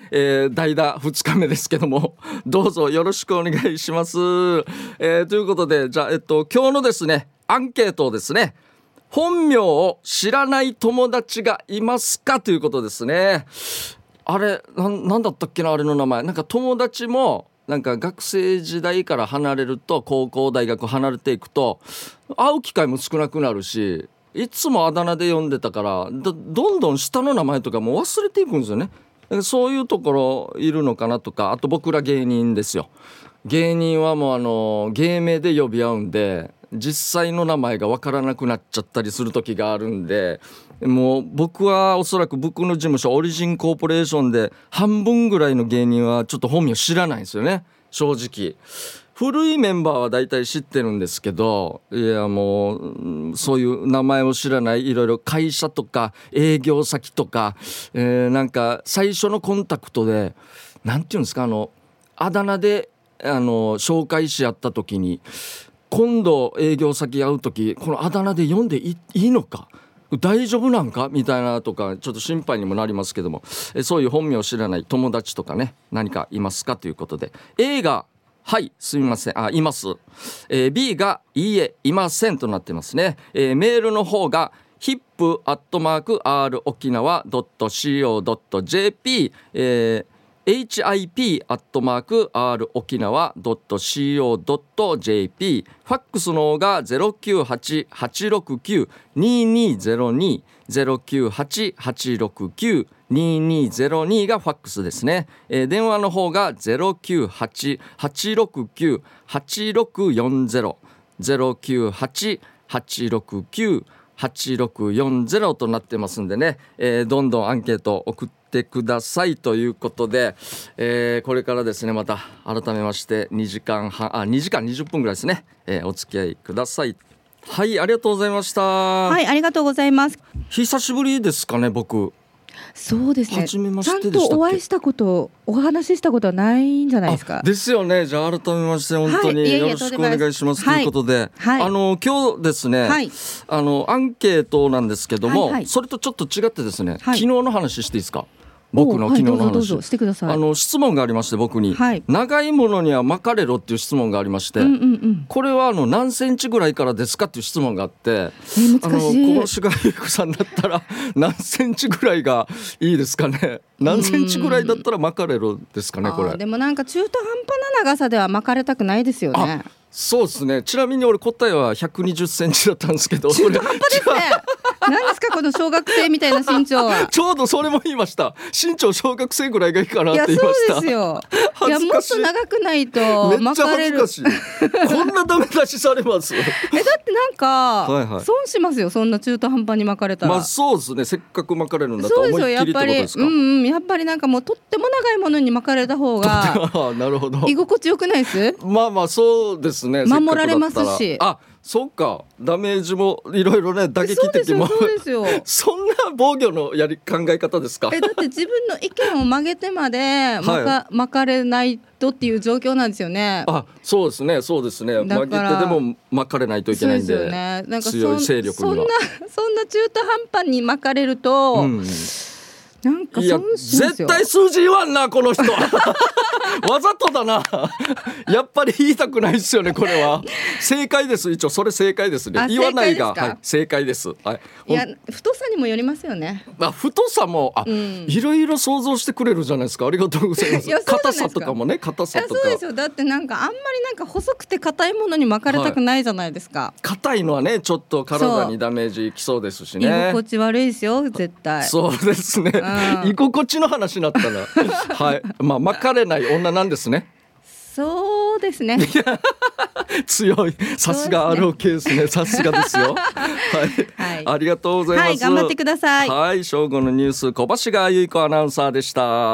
代打2日目ですけどもどうぞよろしくお願いします。ということでじゃあ、今日のですねアンケートをですね、本名を知らない友達がいますかということですね。あれなんだったっけな、あれの名前。なんか友達もなんか学生時代から離れると高校大学離れていくと会う機会も少なくなるし、いつもあだ名で呼んでたからどんどん下の名前とかも忘れていくんですよね。そういうところいるのかなとか、あと僕ら芸人ですよ。芸人はもう芸名で呼び合うんで実際の名前が分からなくなっちゃったりする時があるんで、もう僕はおそらく僕の事務所オリジンコーポレーションで半分ぐらいの芸人はちょっと本名知らないんですよね。正直古いメンバーは大体知ってるんですけど、いやもうそういう名前を知らない、いろいろ会社とか営業先とか、なんか最初のコンタクトでなんていうんですか、あだ名で紹介し合った時に今度営業先会う時このあだ名で呼んでいいのか大丈夫なんかみたいなとかちょっと心配にもなりますけども、そういう本名を知らない友達とかね何かいますかということで、 A がはいすみませんいます、B がいいえいませんとなってますね。メールの方が hip@rokinawa.co.jp、hip@rokinawa.co.jp、 ファックスの方が 098-869-2202 098-869-2202がファックスですね。電話の方が 098-869-8640 098-869-8640となってますんでね、どんどんアンケート送ってくださいということで、これからですねまた改めまして2時間20分ぐらいですね、お付き合いください。はい、ありがとうございました。 はい、ありがとうございます。 久しぶりですかね。僕そうですね、 初めまちゃんしてでしたっけ。 とお会いしたことお話ししたことはないんじゃないですか。 ですよね。じゃあ改めまして本当によろしくお願いします、ということで、 はい、 今日ですね、 はい、 アンケートなんですけども、 はいはい、 それとちょっと違ってですね、 はい、 昨日の話していいですか。僕の昨日の話、 どうぞしてください。 質問がありまして僕に、 はい、 長いものには巻かれろっていう質問がありまして、これは何センチぐらいからですかっていう質問があって、 難しい。 小林がゆうこさんだったら何センチぐらいがいいですかね。何センチぐらいだったら巻かれろですかね。これでもなんか中途半端な長さでは巻かれたくないですよね。 そうですね。ちなみに俺答えは120センチだったんですけど、 中途半端ですね。何ですかこの小学生みたいな身長は。 ちょうどそれも言いました。身長小学生ぐらいがいいかなって言いました。 いやそうですよ。いやもっと長くないと巻かれる。 めっちゃ恥ずかしい。こんなダメ出しされますだってなんか損しますよ、そんな中途半端に巻かれたら。 そうですね。せっかく巻かれるんだと思いっきりってことですか。 やっぱりなんかもうとっても長いものに巻かれた方がなるほど、 居心地よくないです。 そうですね。 守られますし。 そうか、ダメージもいろいろね、打撃的も。 そうですよ。 そんな防御の考え方ですか。 だって自分の意見を曲げてまで巻かれないとっていう状況なんですよね。 そうですね。曲げてでも巻かれないといけないんで。 そうですよね。なんか強い勢力にはそんな中途半端に巻かれると、なんか損しますよ。 絶対数字言わんなこの人わざとだなやっぱり言いたくないですよね。これは正解です。一応それ正解ですね。言わないが、正解です、 いや太さにもよりますよね。 太さもいろいろ想像してくれるじゃないですか。ありがとうございます。硬さとかもね。硬さとか。 そうですよ。だってなんかあんまりなんか細くて硬いものに巻かれたくないじゃないですか。 硬いのはねちょっと体にダメージきそうですしね。 居心地悪いですよ絶対。 そうですね、居心地の話になったら巻かれない女なんですね。 そうですね強い。さすが ROK ですね。さすがですよありがとうございます。 頑張ってください。 正午のニュース小橋川由子アナウンサーでした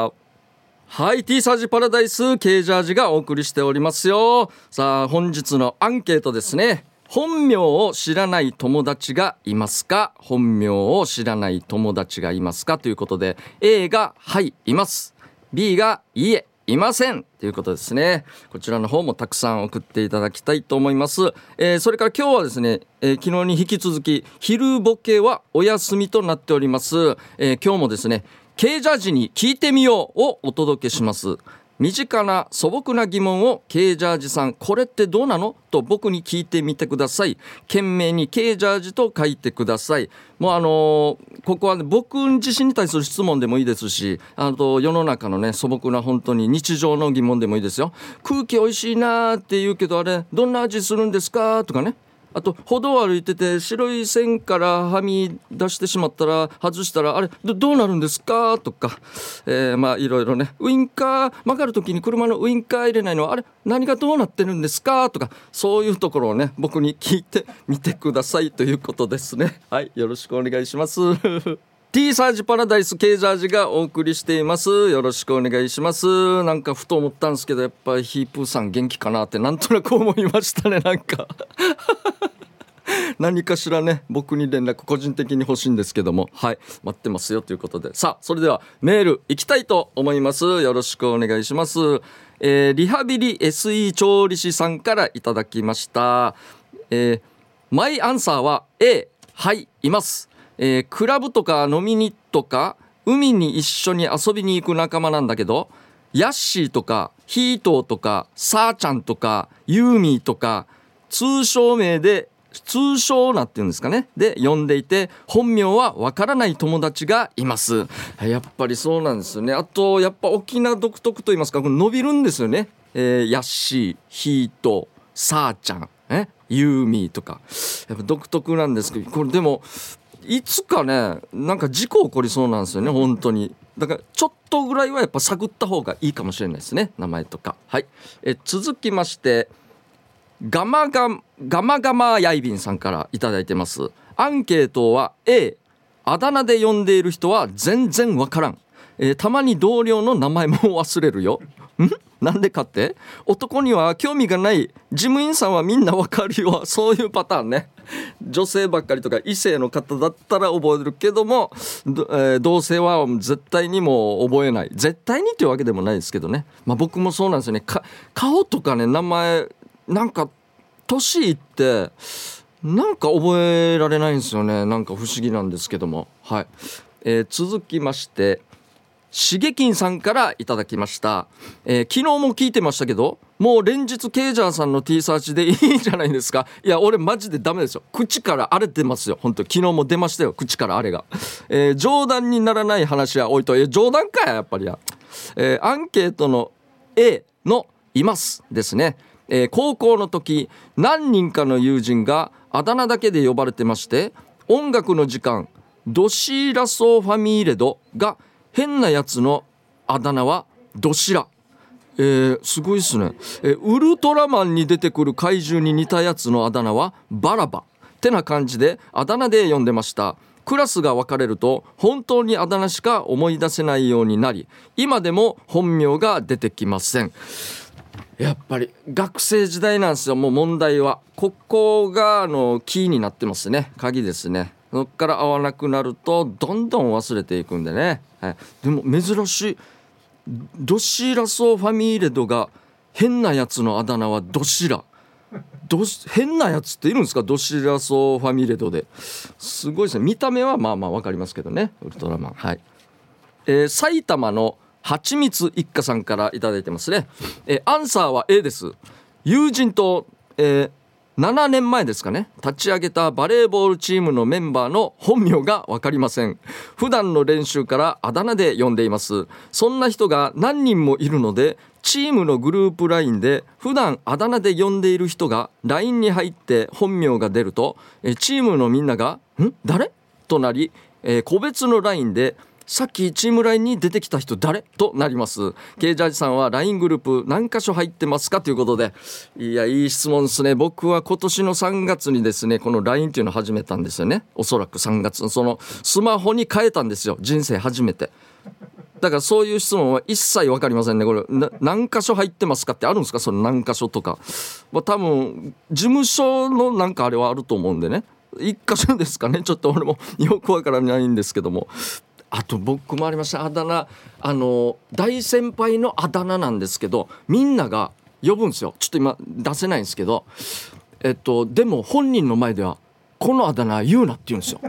。T サージパラダイス K ジャージがお送りしておりますよ。さあ本日のアンケートですね。本名を知らない友達がいますか。本名を知らない友達がいますかということで A がはいいます、 B がいいえいませんということですね。こちらの方もたくさん送っていただきたいと思います。それから今日はですね、昨日に引き続き昼ボケはお休みとなっております。今日もですね K ジャージに聞いてみようをお届けします。身近な素朴な疑問を K ジャージさんこれってどうなのと僕に聞いてみてください。懸命に K ジャージと書いてください。もうここは、ね、僕自身に対する質問でもいいですし、世の中のね素朴な本当に日常の疑問でもいいですよ。空気おいしいなって言うけどあれどんな味するんですかとかね。あと歩道を歩いてて白い線からはみ出してしまったら外したらあれ どうなるんですかとか、まあいろいろね、ウインカー曲がるときに車のウインカー入れないのはあれ何がどうなってるんですかとか、そういうところをね僕に聞いてみてくださいということですね。はい、よろしくお願いします。T サージパラダイス K ジャージがお送りしています。よろしくお願いします。なんかふと思ったんですけどやっぱりヒープーさん元気かなってなんとなく思いましたね。なんか何かしらね僕に連絡個人的に欲しいんですけども、はい待ってますよということで、さあそれではメールいきたいと思います。よろしくお願いします。リハビリ SE 調理師さんからいただきました。マイアンサーは A、 はいいます。クラブとか飲みにとか海に一緒に遊びに行く仲間なんだけど、ヤッシーとかヒートーとかサーちゃんとかユーミーとか通称名で通称なっていうんですかねで呼んでいて、本名はわからない友達がいます。やっぱりそうなんですよね。あとやっぱ沖縄独特と言いますか伸びるんですよね。ヤッシーヒートサーちゃんユーミーとかやっぱ独特なんですけど、これでもいつかねなんか事故起こりそうなんですよね本当に。だからちょっとぐらいはやっぱ探った方がいいかもしれないですね名前とか。はい、続きましてガマガマヤイビンさんからいただいてます。アンケートは A、 あだ名で呼んでいる人は全然わからん、たまに同僚の名前も忘れるよなんでかって男には興味がない事務員さんはみんなわかるよ。そういうパターンね。女性ばっかりとか異性の方だったら覚えるけども、同性は絶対にも覚えない。絶対にっていうわけでもないですけどね。まあ僕もそうなんですよね。顔とかね名前なんか年いってなんか覚えられないんですよね。なんか不思議なんですけども。はい、続きましてしげきんさんからいただきました。昨日も聞いてましたけどもう連日ケイジャーさんの T サーチでいいんじゃないですか。いや俺マジでダメですよ。口からあれ出ますよ本当。昨日も出ましたよ口からあれが、冗談にならない話は置いといて冗談かやっぱりや、アンケートの A のいますですね。高校の時何人かの友人があだ名だけで呼ばれてまして、音楽の時間ドシーラソーファミーレドが変なやつのあだ名はドシラ、すごいですね。ウルトラマンに出てくる怪獣に似たやつのあだ名はバラバってな感じであだ名で呼んでました。クラスが分かれると本当にあだ名しか思い出せないようになり、今でも本名が出てきません。やっぱり学生時代なんですよ。もう問題はここがキーになってますね。鍵ですね。そっから会わなくなるとどんどん忘れていくんでね、はい、でも珍しいドシーラソーファミーレドが変なやつのあだ名はドシラ。変なやつっているんですかドシーラソーファミーレドで。すごいですね。見た目はまあまあ分かりますけどねウルトラマン。はい、埼玉のはちみつ一家さんからいただいてますね。アンサーは A です。友人と、7年前ですかね立ち上げたバレーボールチームのメンバーの本名が分かりません。普段の練習からあだ名で呼んでいます。そんな人が何人もいるのでチームのグループ LINE で普段あだ名で呼んでいる人が LINE に入って本名が出るとチームのみんなが誰となり、個別の LINE でさっきチーム LINE に出てきた人誰となります。ケイジャージさんは LINE グループ何箇所入ってますかということで、いやいい質問ですね。僕は今年の3月にですねこの LINE っていうのを始めたんですよね。おそらく3月そのスマホに変えたんですよ人生初めて。だからそういう質問は一切分かりませんね。これ何箇所入ってますかってあるんですかその何箇所とか、多分事務所のなんかあれはあると思うんでね1箇所ですかね。ちょっと俺もよく分からないんですけども、あと僕もありましたあだ名。大先輩のあだ名なんですけどみんなが呼ぶんですよ。ちょっと今出せないんですけど、でも本人の前ではこのあだ名言うなって言うんですよ。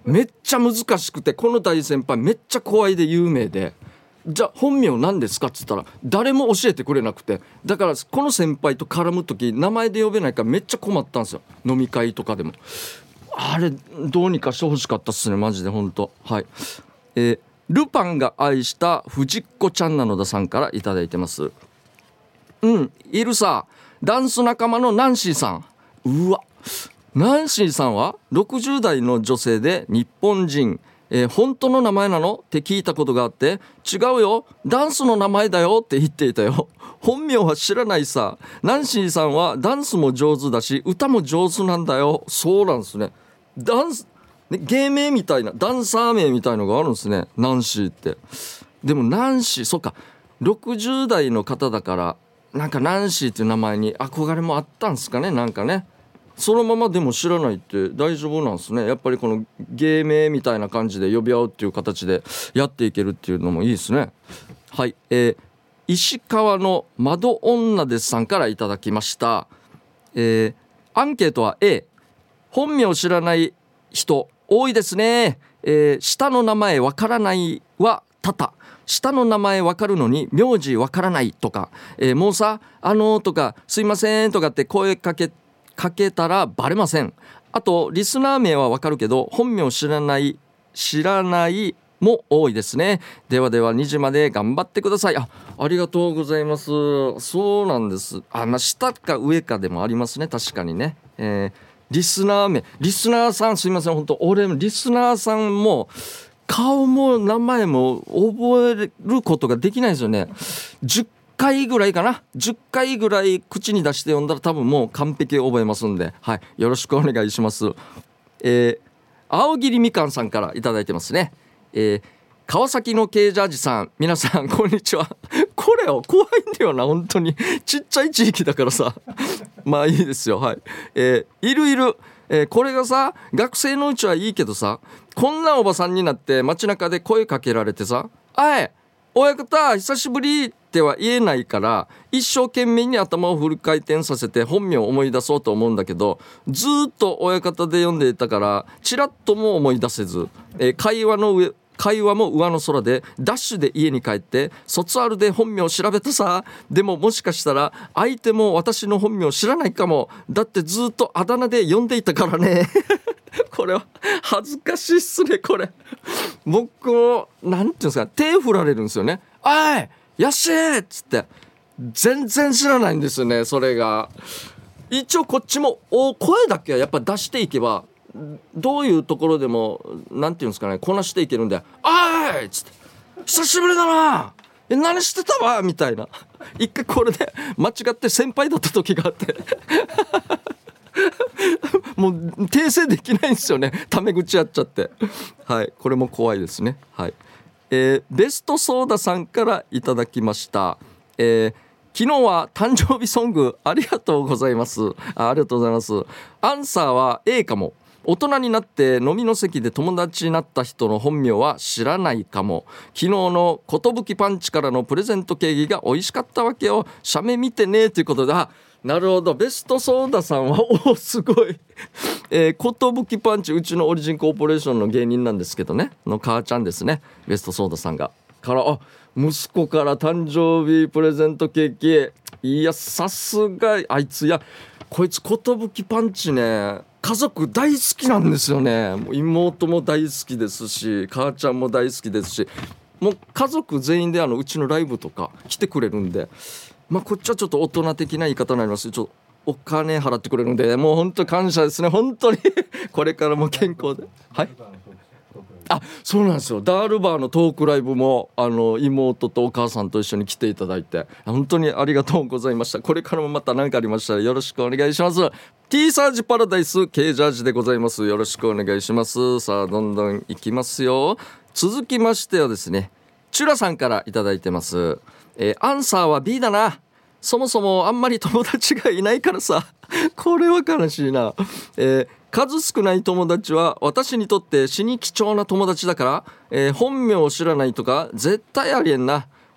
めっちゃ難しくて、この大先輩めっちゃ怖いで有名で、じゃあ本名何ですかって言ったら誰も教えてくれなくて、だからこの先輩と絡む時名前で呼べないからめっちゃ困ったんですよ、飲み会とかでも。あれどうにかしてほしかったっすねマジで本当。はい、ルパンが愛した藤子ちゃんなのださんからいただいてます。いるさ、ダンス仲間のナンシーさん。うわ、ナンシーさんは60代の女性で日本人、本当の名前なのって聞いたことがあって、違うよダンスの名前だよって言っていたよ。本名は知らないさ。ナンシーさんはダンスも上手だし歌も上手なんだよ。そうなんですね。ダンス、ね、芸名みたいなダンサー名みたいのがあるんですね、ナンシーって。でもナンシー、そうか、60代の方だからなんかナンシーっていう名前に憧れもあったんですかね。なんかね、そのままでも知らないって大丈夫なんですね。やっぱりこの芸名みたいな感じで呼び合うっていう形でやっていけるっていうのもいいですね。はい、石川の窓女ですさんからいただきました。アンケートは A、 本名知らない人多いですね。下の名前わからないは多々、下の名前わかるのに名字わからないとか、もうさとかすいませんとかって声かけたらバレません。あとリスナー名はわかるけど本名知らないも多いですね。ではでは2時まで頑張ってください。ありがとうございます。そうなんです。下か上かでもありますね、確かにね。リスナー名、リスナーさんすいません、本当俺リスナーさんも顔も名前も覚えることができないですよね。10回ぐらいかな、10回ぐらい口に出して読んだら多分もう完璧覚えますんで、はい、よろしくお願いします。青桐みかんさんからいただいてますね。川崎のケージャージさん、皆さんこんにちは。これ怖いんだよな本当に、ちっちゃい地域だからさまあいいですよ。はい、いる、これがさ学生のうちはいいけどさ、こんなおばさんになって街中で声かけられてさ、あい親方久しぶりっては言えないから、一生懸命に頭をフル回転させて本名を思い出そうと思うんだけど、ずっと親方で読んでいたからちらっとも思い出せず、会話も上の空でダッシュで家に帰って卒アルで本名を調べたさ。でももしかしたら相手も私の本名を知らないかも。だってずっとあだ名で呼んでいたからねこれは恥ずかしいっすね。これ僕もなんていうんですか、手振られるんですよね。おいやっしーっつって全然知らないんですよね。それが一応こっちも声だけはやっぱ出していけばどういうところでもなんていうんですかね、こなしていけるんで、おいっつって久しぶりだな、何してたわみたいな。一回これで間違って先輩だった時があってもう訂正できないんですよね、タメ口やっちゃって。はい、これも怖いですね。はい、ベストソーダさんからいただきました。昨日は誕生日ソングありがとうございます。ありがとうございます。アンサーは A かも。大人になって飲みの席で友達になった人の本名は知らないかも。昨日の寿パンチからのプレゼントケーキが美味しかったわけよ。写メ見てねということで、なるほど、ベストソーダさんはすごい寿パンチ、うちのオリジンコーポレーションの芸人なんですけどねの母ちゃんですね。ベストソーダさんがから息子から誕生日プレゼントケーキ、いやさすがあいつ、いやこいつ寿パンチね家族大好きなんですよね。もう妹も大好きですし母ちゃんも大好きですし、もう家族全員でうちのライブとか来てくれるんで、こっちはちょっと大人的な言い方になりますけど、ちょっとお金払ってくれるんでもう本当に感謝ですね本当にこれからも健康で。はい、そうなんですよ。ダールバーのトークライブも妹とお母さんと一緒に来ていただいて本当にありがとうございました。これからもまた何かありましたらよろしくお願いします。 T サージパラダイス K ジャージでございます。よろしくお願いします。さあどんどんいきますよ。続きましてはですね、チュラさんからいただいてます。アンサーは B だな。そもそもあんまり友達がいないからさこれは悲しいな。数少ない友達は私にとって死に貴重な友達だから、本名を知らないとか絶対ありえんな。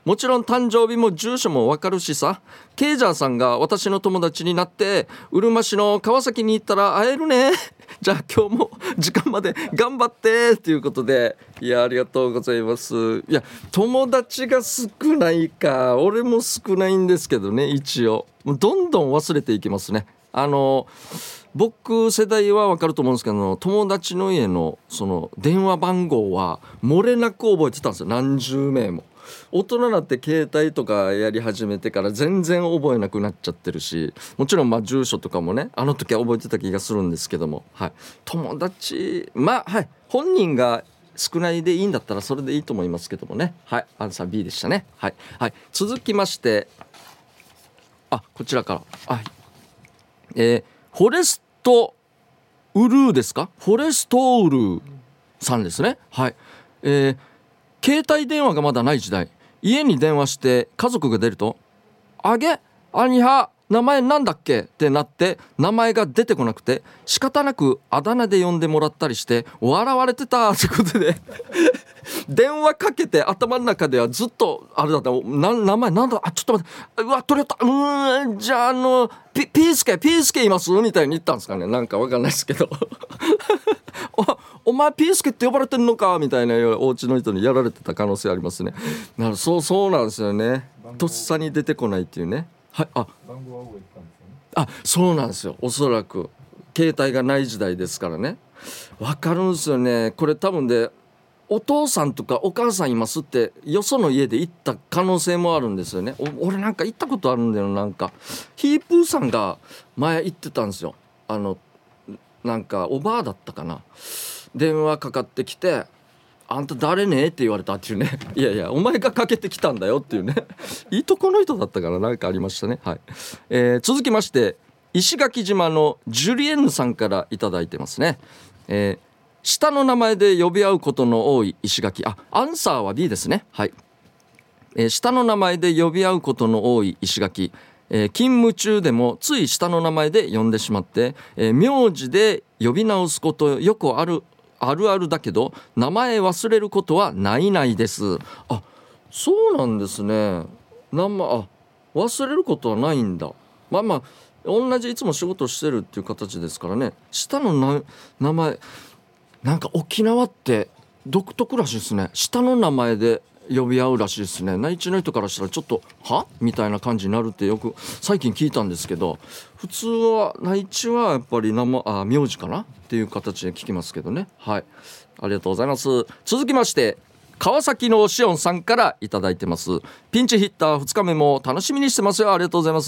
もちろん誕生日も住所もわかるしさ。ケイジャーさんが私の友達になってうるま市の川崎に行ったら会えるね。じゃあ今日も時間まで頑張ってということで、いやありがとうございます。いや友達が少ないか、俺も少ないんですけどね。一応もうどんどん忘れていきますね。僕世代は分かると思うんですけど、友達の家のその電話番号は漏れなく覚えてたんですよ。何十名も。大人になって携帯とかやり始めてから全然覚えなくなっちゃってるし、もちろん住所とかもね、あの時は覚えてた気がするんですけども、はい、友達はい、本人が少ないでいいんだったらそれでいいと思いますけどもね。はい、アンサー B でしたね。はい、はい、続きましてこちらからフォレストウルーですか。フォレストウルーさんですね。はい、携帯電話がまだない時代、家に電話して家族が出るとあげアニハ名前なんだっけってなって、名前が出てこなくて仕方なくあだ名で呼んでもらったりして笑われてたってことで電話かけて頭の中ではずっとあれだった。名前なんだ、ちょっと待って、うわ取れた、じゃあピースケいますみたいに言ったんですかね。なんかわかんないですけどお前ピースケって呼ばれてんのかみたいなお家の人にやられてた可能性ありますね。そうなんですよね。とっさに出てこないっていうね。はい、番号は覚えてたんですよね。そうなんですよ。おそらく携帯がない時代ですからね。わかるんですよね。これ多分でお父さんとかお母さんいますってよその家で行った可能性もあるんですよね。俺なんか行ったことあるんだよ。なんかヒープーさんが前行ってたんですよ。なんかおばあだったかな、電話かかってきてあんた誰ねって言われたっていうね。いやいやお前がかけてきたんだよっていうねいいとこの人だったからなんかありましたね。はい、続きまして石垣島のジュリエンヌさんからいただいてますね。下の名前で呼び合うことの多い石垣、アンサーは B ですね。はい、下の名前で呼び合うことの多い石垣、勤務中でもつい下の名前で呼んでしまって、名字で呼び直すことよくあるだけど名前忘れることはないです。そうなんですね。忘れることはないんだ。同じいつも仕事してるっていう形ですからね。下の名前なんか沖縄って独特らしいですね。下の名前で呼び合うらしいですね。内地の人からしたらちょっとみたいな感じになるってよく最近聞いたんですけど、普通は内地はやっぱり名字かなっていう形で聞きますけどね。はい、ありがとうございます。続きまして川崎のしおんさんからいただいてます。ピンチヒッター2日目も楽しみにしてますよ。ありがとうございます。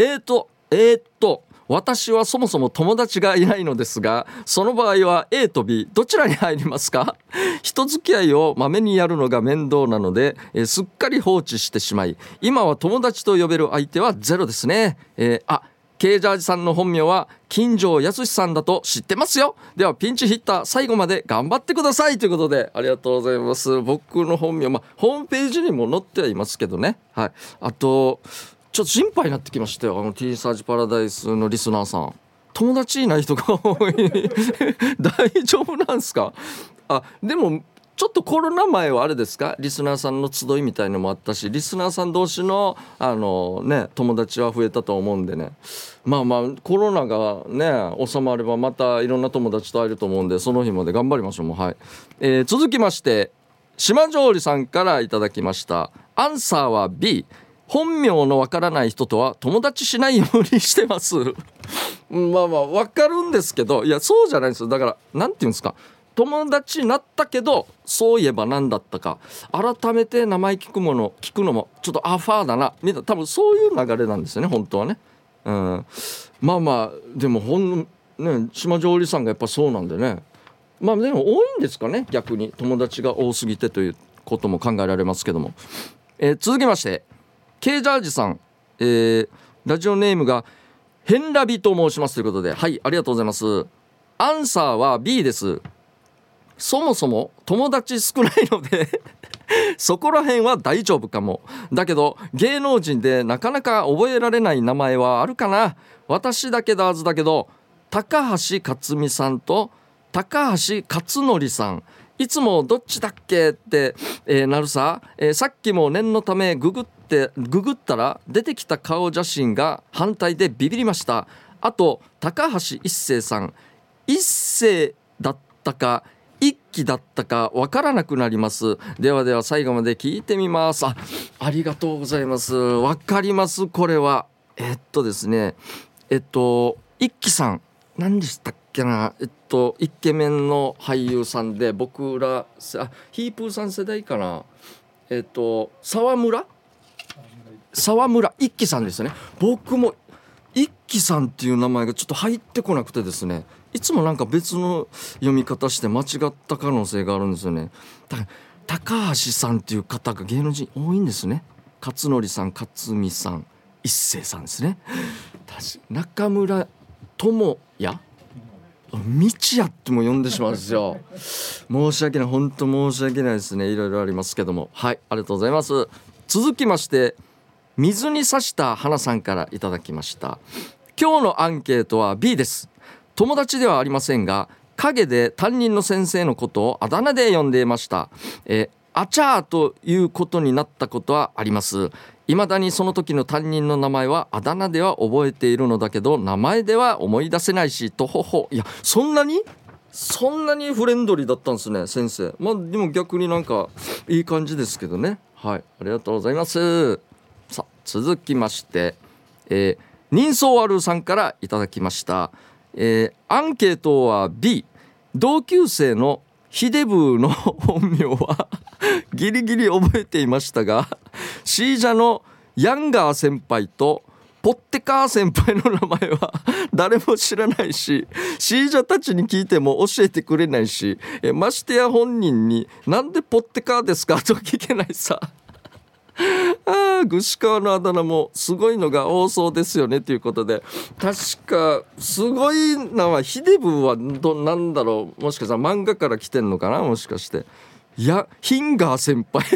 私はそもそも友達がいないのですが、その場合は A と B どちらに入りますか？人付き合いをまめにやるのが面倒なので、すっかり放置してしまい、今は友達と呼べる相手はゼロですね。K ジャージさんの本名は金城康さんだと知ってますよ。ではピンチヒッター最後まで頑張ってくださいということで、ありがとうございます。僕の本名ホームページにも載ってはいますけどね。はい、あとちょっと心配になってきましたよ。T サージパラダイスのリスナーさん、友達いない人が多い大丈夫なんですか？でもちょっとコロナ前はあれですか、リスナーさんの集いみたいのもあったし、リスナーさん同士の友達は増えたと思うんでね。コロナがね収まればまたいろんな友達と会えると思うんで、その日まで頑張りましょう。はい、続きまして島上里さんからいただきました。アンサーは B、本名のわからない人とは友達しないようにしてますわかるんですけど、いやそうじゃないんですよ。だからなんていうんですか、友達になったけどそういえば何だったか改めて名前聞くのもちょっとファーだなみたいな、多分そういう流れなんですよね本当はね。でも島上里さんがやっぱそうなんでね。でも多いんですかね、逆に友達が多すぎてということも考えられますけども。続きましてK ジャージさん、ラジオネームがヘンラビと申しますということで、はい、ありがとうございます。アンサーは B です。そもそも友達少ないのでそこら辺は大丈夫かも。だけど芸能人でなかなか覚えられない名前はあるかな。私だけだはずだけど高橋克実さんと高橋克典さん、 いつもどっちだっけって、なるさ、さっきも念のためググったら出てきた顔写真が反対でビビりました。あと高橋一生さん、一生だったか一期だったかわからなくなります。ではでは最後まで聞いてみます。ありがとうございます。わかります。これはですね一期さん何でしたっけな、イケメンの俳優さんで、僕らヒープーさん世代かな、沢村一輝さんですね。僕も一輝さんっていう名前がちょっと入ってこなくてですね、いつもなんか別の読み方して間違った可能性があるんですよね。だから高橋さんっていう方が芸能人多いんですね。勝則さん、勝美さん、一生さんですね。中村智也、道也っても呼んでしまうんですよ。申し訳ない、本当申し訳ないですね。いろいろありますけども、はい、ありがとうございます。続きまして水に刺した花さんからいただきました。今日のアンケートは B です。友達ではありませんが陰で担任の先生のことをあだ名で呼んでいました。あちゃーということになったことはあります。未だにその時の担任の名前はあだ名では覚えているのだけど名前では思い出せないしとほほ。いや、そんなにフレンドリーだったんですね、先生。まあでも逆になんかいい感じですけどね。はい、ありがとうございます。さあ続きまして、人相悪さんからいただきました。アンケートは B。 同級生のヒデブーの本名はギリギリ覚えていましたが、シージャのヤンガー先輩とポッテカー先輩の名前は誰も知らないし、シージャたちに聞いても教えてくれないし、ましてや本人になんでポッテカーですかと聞けないさ。串川のあだ名もすごいのが多そうですよねということで、確かすごいのはヒデブはなんだろう、もしかしたら漫画から来てんのかな、もしかして。いや、ヒンガー先輩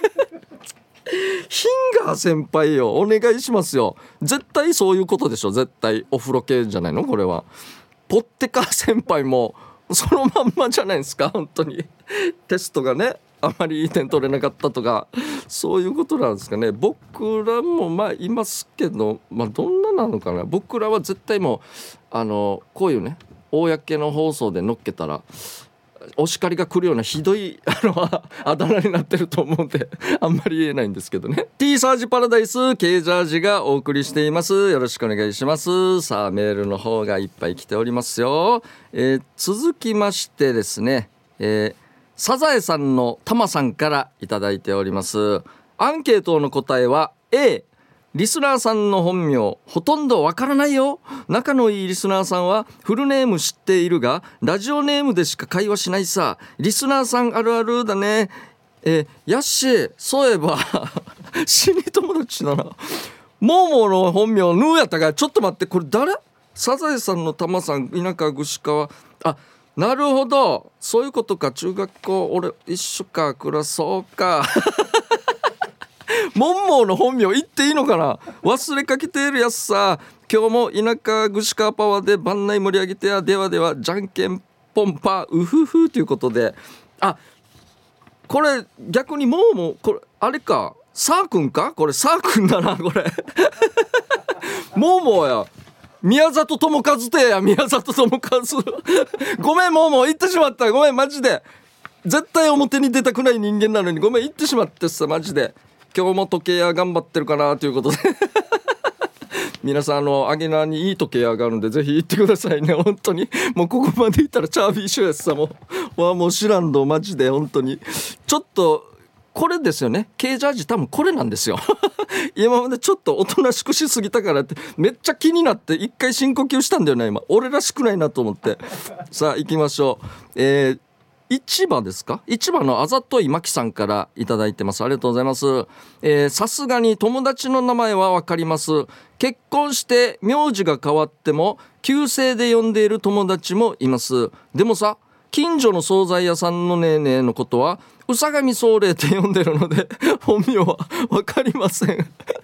ヒンガー先輩よ、お願いしますよ。絶対そういうことでしょ。絶対お風呂系じゃないのこれは。ポッテカー先輩もそのまんまじゃないですか。本当にテストがねあまりいい点取れなかったとか、そういうことなんですかね。僕らもまあいますけど、まあどんななのかな。僕らは絶対もうこういうね公の放送で乗っけたらお叱りが来るようなひどいあだ名になってると思うんであんまり言えないんですけどね。 T サージパラダイス K ジャージがお送りしています。よろしくお願いします。さあメールの方がいっぱい来ておりますよ。続きましてですね、サザエさんのタマさんからいただいております。アンケートの答えは A。リスナーさんの本名ほとんどわからないよ。仲のいいリスナーさんはフルネーム知っているがラジオネームでしか会話しないさ。リスナーさんあるあるだね。やっしー、そういえば死に友達だな。モーモーの本名ヌーやったか。ちょっと待って、これ誰？サザエさんのタマさん、田舎串川。あ、なるほど、そういうことか。中学校俺一緒か、クラそうかモンモーの本名言っていいのかな。忘れかけているやつさ。今日も田舎串川パワーで番内盛り上げてや。ではではじゃんけんポンパウフフということで、あ、これ逆にモーモー、これあれか、サーくんか。これサーくんだなこれモーモーや。宮里智和てや、宮里智和ごめんモーモー言ってしまった。ごめんマジで。絶対表に出たくない人間なのにごめん言ってしまってさ、マジで。今日も時計屋頑張ってるかなということで皆さんアゲナーにいい時計屋があるんでぜひ行ってくださいね。本当にもうここまで行ったらチャービーシュエスさもう知らんどマジで。本当にちょっとこれですよね。Kジャージ多分これなんですよ今までちょっとおとなしくしすぎたからってめっちゃ気になって一回深呼吸したんだよね今。俺らしくないなと思ってさあ行きましょう。市場ですか。市場のあざといまきさんからいただいてます。ありがとうございます。さすがに友達の名前はわかります。結婚して名字が変わっても旧姓で呼んでいる友達もいます。でもさ、近所の惣菜屋さんのねーねーのことは宇佐神宗霊って呼んでるので本名はわかりません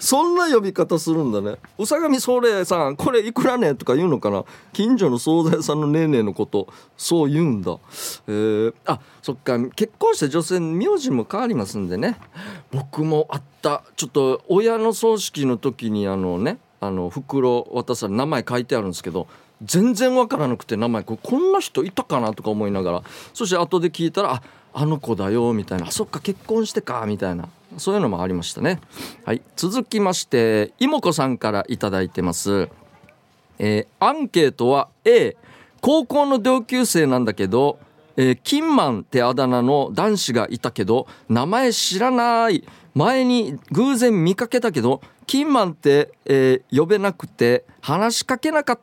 そんな呼び方するんだね。うさがみそうれいさんこれいくらねとか言うのかな。近所の惣菜屋さんのねえねえのことそう言うんだ。あ、そっか、結婚して女性名字も変わりますんでね。僕もあった、ちょっと親の葬式の時に袋渡され名前書いてあるんですけど、全然わからなくて、名前こんな人いたかなとか思いながら、そして後で聞いたらあの子だよみたいな、そっか結婚してかみたいな、そういうのもありましたね。はい、続きましていもこさんからいただいてます。アンケートは A、 高校の同級生なんだけど、キンマンってあだ名の男子がいたけど名前知らない、前に偶然見かけたけどキンマンって、呼べなくて話しかけなかった、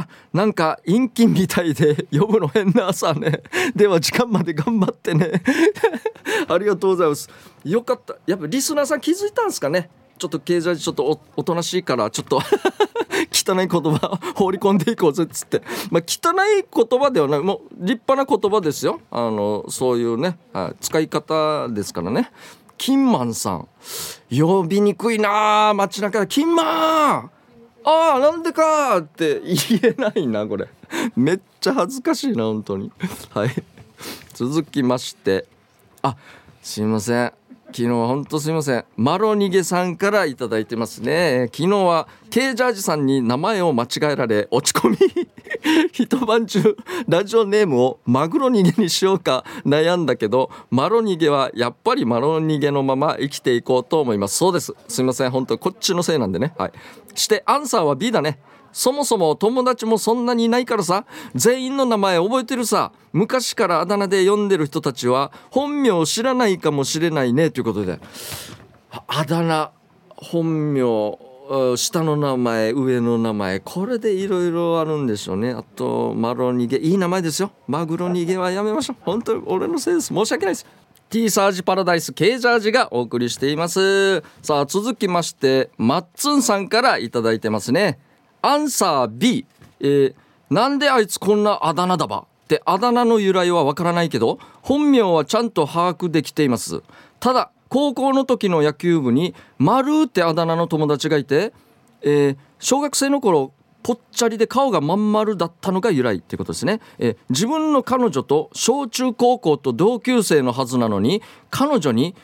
なんか陰気みたいで呼ぶの変な朝ね。では時間まで頑張ってねありがとうございます。よかった、やっぱリスナーさん気づいたんですかね。ちょっと経済ちょっと おとなしいからちょっと汚い言葉放り込んでいこうぜっつって、汚い言葉ではない、もう立派な言葉ですよ。そういうね、使い方ですからね。キンマンさん呼びにくいな、街中でキンマンなんでかって言えないな、これめっちゃ恥ずかしいな本当にはい、続きまして、すいません、昨日は本当すいません、マロニゲさんからいただいてますね。昨日はケイジャージさんに名前を間違えられ落ち込み一晩中ラジオネームをマグロニゲにしようか悩んだけど、マロニゲはやっぱりマロニゲのまま生きていこうと思います。そうです、すいません、本当こっちのせいなんでね。はい、してアンサーは B だね。そもそも友達もそんなにいないからさ、全員の名前覚えてるさ。昔からあだ名で呼んでる人たちは本名を知らないかもしれないねということで、あだ名、本名、下の名前、上の名前、これでいろいろあるんでしょうね。あとマロニゲ、いい名前ですよ。マグロニゲはやめましょう。本当に俺のせいです、申し訳ないです。T サージパラダイス K ジャージがお送りしています。さあ続きましてマッツンさんからいただいてますね。アンサー B、なんであいつこんなあだ名だばって、あだ名の由来はわからないけど本名はちゃんと把握できています。ただ高校の時の野球部に丸ってあだ名の友達がいて、小学生の頃ぽっちゃりで顔がまん丸だったのが由来ってことですね。自分の彼女と小中高校と同級生のはずなのに、彼女に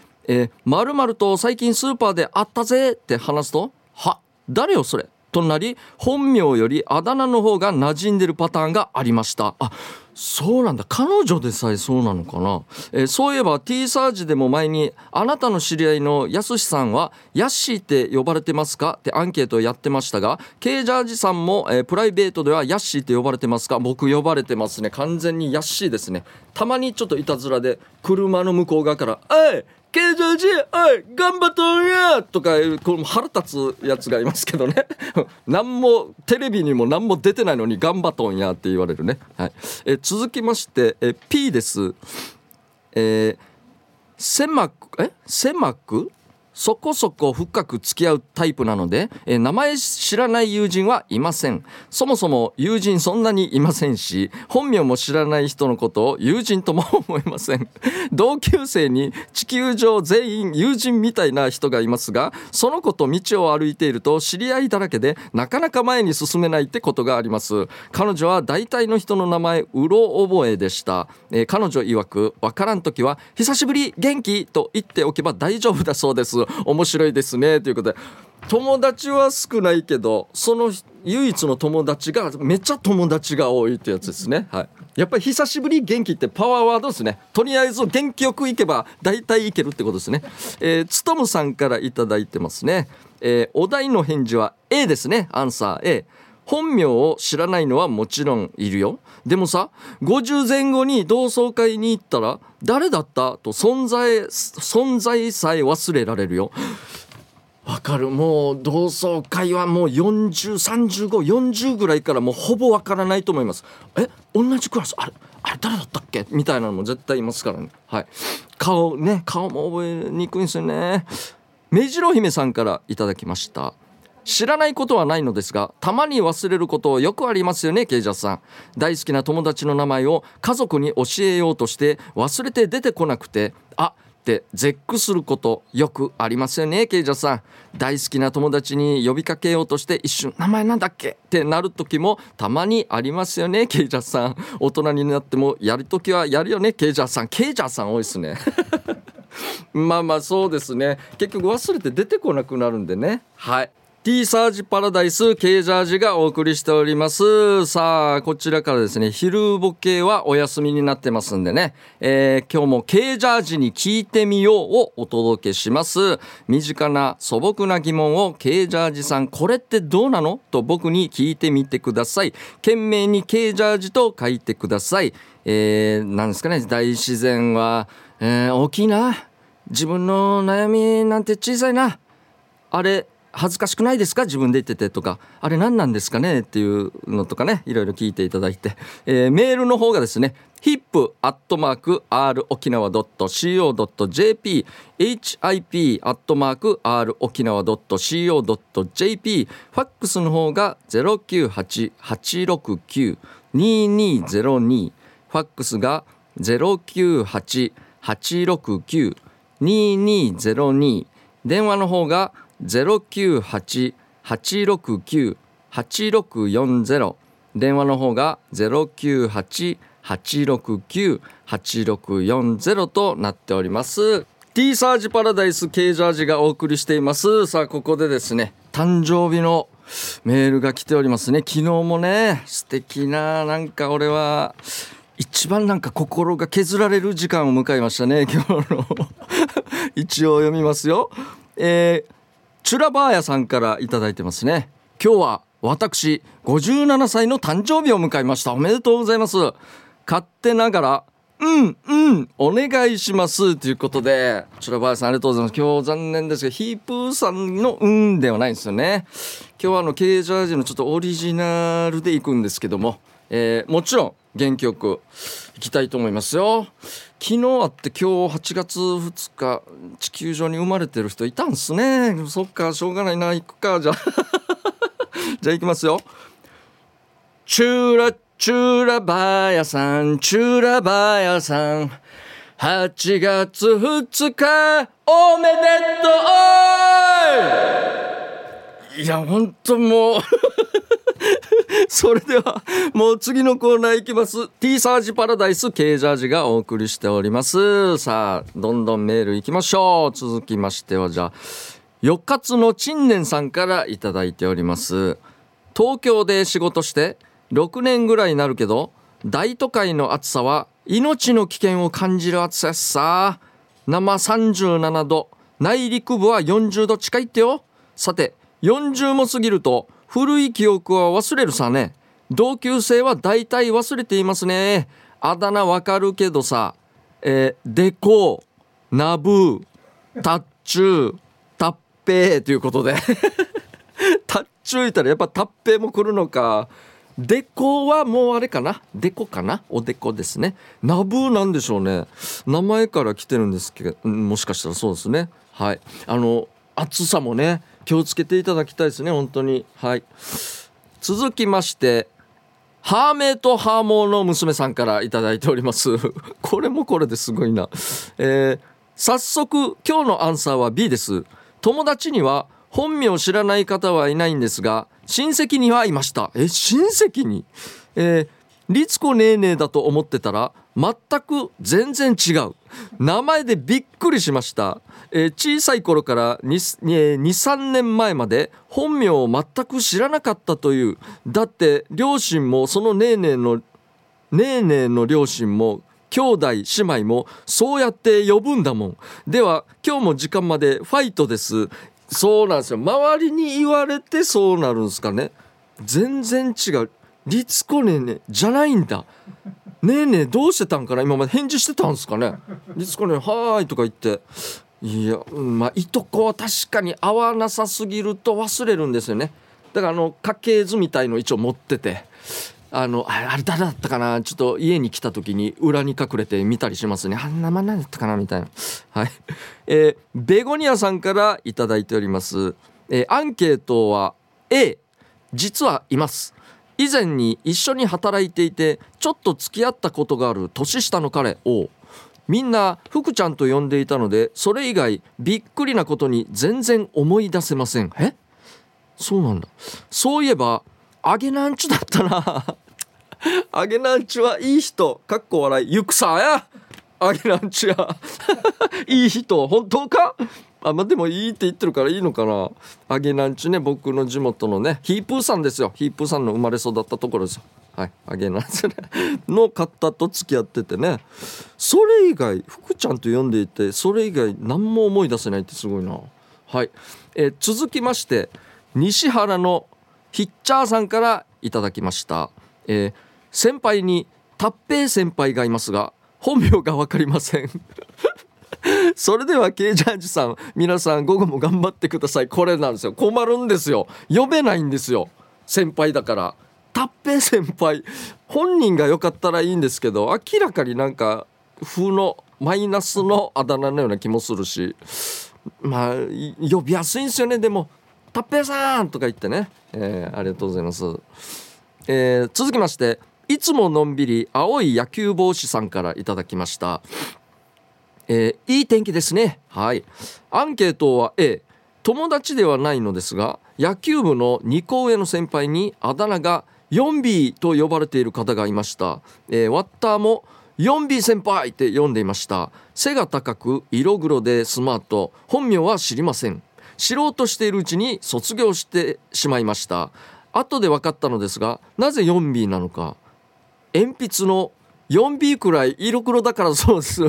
〇〇と最近スーパーで会ったぜって話すと、誰よそれとなり、本名よりあだ名の方が馴染んでるパターンがありました。そうなんだ、彼女でさえそうなのかな。そういえば T サージでも前にあなたの知り合いのやすしさんはヤッシーって呼ばれてますかってアンケートをやってましたが、K ジャージさんも、プライベートではヤッシーって呼ばれてますか。僕呼ばれてますね、完全にヤッシーですね。たまにちょっといたずらで車の向こう側からケイジャージ頑張っとんやとかこの腹立つやつがいますけどね何もテレビにも何も出てないのに頑張っとんやって言われるね。はい、続きまして、P です。狭くそこそこ深く付き合うタイプなので、名前知らない友人はいません。そもそも友人そんなにいませんし、本名も知らない人のことを友人とも思いません。同級生に地球上全員友人みたいな人がいますが、その子と道を歩いていると知り合いだらけでなかなか前に進めないってことがあります。彼女は大体の人の名前うろ覚えでした。彼女曰くわからんときは久しぶり元気と言っておけば大丈夫だそうです。面白いですねということで、友達は少ないけどその唯一の友達がめっちゃ友達が多いってやつですね。はい、やっぱり久しぶり元気ってパワーワードですね。とりあえず元気よくいけば大体いけるってことですね。つとむさんからいただいてますね。お題の返事は A ですね。アンサー A。本名を知らないのはもちろんいるよ。でもさ、50前後に同窓会に行ったら誰だったと存在さえ忘れられるよ。わかる。もう同窓会はもう40、35、40ぐらいからもうほぼわからないと思います。同じクラスあれ誰だったっけみたいなのも絶対いますからね。はい、顔も覚えにくいんですよね。目白姫さんからいただきました。知らないことはないのですが、たまに忘れることよくありますよね。ケイジャスさん、大好きな友達の名前を家族に教えようとして忘れて出てこなくて、 って絶句することよくありますよね。ケイジャーさん、大好きな友達に呼びかけようとして一瞬名前なんだっけってなる時もたまにありますよね。ケイジャーさん、大人になってもやる時はやるよね。ケイジャーさん、ケイジャーさん多いですねまあまあそうですね、結局忘れて出てこなくなるんでね。はい、T サージパラダイス K ジャージがお送りしております。さあこちらからですね、昼ボケはお休みになってますんでね、今日も K ジャージに聞いてみようをお届けします。身近な素朴な疑問を K ジャージさん、これってどうなのと僕に聞いてみてください。懸命に K ジャージと書いてください。なんですかね、大自然は、大きいな、自分の悩みなんて小さいな、あれ恥ずかしくないですか、自分で言っててとか、あれ何なんですかねっていうのとかね、いろいろ聞いていただいて、メールの方がですね hip@rokinawa.co.jp hip@rokinawa.co.jp ファックスの方が 098-869-2202 ファックスが 098-869-2202 電話の方が 098-869-8640 電話の方が 098-869-8640 となっております。 T サージパラダイス K ジャージがお送りしています。さあここでですね、誕生日のメールが来ておりますね。昨日もね、素敵な、なんか俺は一番なんか心が削られる時間を迎えましたね、今日の一応読みますよ。チュラバーヤさんからいただいてますね。今日は私57歳の誕生日を迎えました。おめでとうございます。勝手ながらお願いしますということで、チュラバーヤさんありがとうございます。今日残念ですがヒープーさんのではないんですよね。今日はK ジャージのちょっとオリジナルでいくんですけども、もちろん元気よくいきたいと思いますよ。昨日あって今日8月2日地球上に生まれてる人いたんすね。そっか、しょうがないな、行くか。じゃあじゃあ行きますよ。チュラバーヤさん、チュラバーヤさん、8月2日おめでとう。いや本当もうそれではもう次のコーナーいきます。 T サージパラダイス K ジャージがお送りしております。さあどんどんメールいきましょう。続きましてはじゃあよっかつのちんねんさんからいただいております。東京で仕事して6年ぐらいになるけど、大都会の暑さは命の危険を感じる暑さやさ。生37度、内陸部は40度近いってよ。さて40も過ぎると古い記憶は忘れるさね。同級生は大体忘れていますね。あだ名わかるけどさ、デコ、ナブー、タッチュー、タッペーということでタッチュー言ったらやっぱタッペーも来るのか。デコはもうあれかな、デコかな、おでこですね。ナブーなんでしょうね、名前から来てるんですけど、もしかしたらそうですね。はい、暑さもね気をつけていただきたいですね本当に。はい、続きましてハーメイとハーモーの娘さんからいただいておりますこれもこれですごいな。早速今日のアンサーは B です。友達には本名を知らない方はいないんですが親戚にはいました。親戚に、律子ねえねえだと思ってたら全く全然違う名前でびっくりしました。小さい頃から2、3年前まで本名を全く知らなかったという。だって両親もそのねえねえの両親も兄弟姉妹もそうやって呼ぶんだもん。では今日も時間までファイトです。そうなんですよ、周りに言われてそうなるんですかね。全然違う、律子ねえねえじゃないんだ。ねえねえどうしてたんかな、今まで返事してたんですかね。律子ねえはーいとか言って、いやまあいとこは確かに合わなさすぎると忘れるんですよね。だから家系図みたいの一応持ってて、あれ誰だったかな、ちょっと家に来た時に裏に隠れて見たりしますね。あんなま何だったかなみたいな。はい、ベゴニアさんからいただいております。アンケートは A、 実はいます。以前に一緒に働いていてちょっと付き合ったことがある年下の彼をみんな福ちゃんと呼んでいたので、それ以外びっくりなことに全然思い出せません。そうなんだ。そういえばあげなんちゅだったなあげなんちゅはいい人かっこ笑いゆくさやあげなんちゅやいい人本当か。でもいいって言ってるからいいのかな。あげなんちゅね、僕の地元のねヒープーさんですよ。ヒープーさんの生まれ育ったところですよ。はい、あげなんちゅねの方と付き合っててね。それ以外福ちゃんと呼んでいて、それ以外何も思い出せないってすごいな。はい、続きまして西原のヒッチャーさんからいただきました。先輩にタッペイ先輩がいますが本名が分かりませんそれではケイジャージさん、皆さん午後も頑張ってください。これなんですよ、困るんですよ、呼べないんですよ、先輩だから。タッペイ先輩、本人が良かったらいいんですけど、明らかになんか風のマイナスのあだ名のような気もするし、呼びやすいんですよね。でもタッペイさんとか言ってね、ありがとうございます。続きまして、いつものんびり青い野球帽子さんからいただきました。いい天気ですね。はい。アンケートは A、 友達ではないのですが野球部の2校上の先輩にあだ名が 4B と呼ばれている方がいました。ワッターも 4B 先輩って呼んでいました。背が高く色黒でスマート、本名は知りません。知ろうとしているうちに卒業してしまいました。後で分かったのですが、なぜ 4B なのか。鉛筆の 4B くらい色黒だからそうです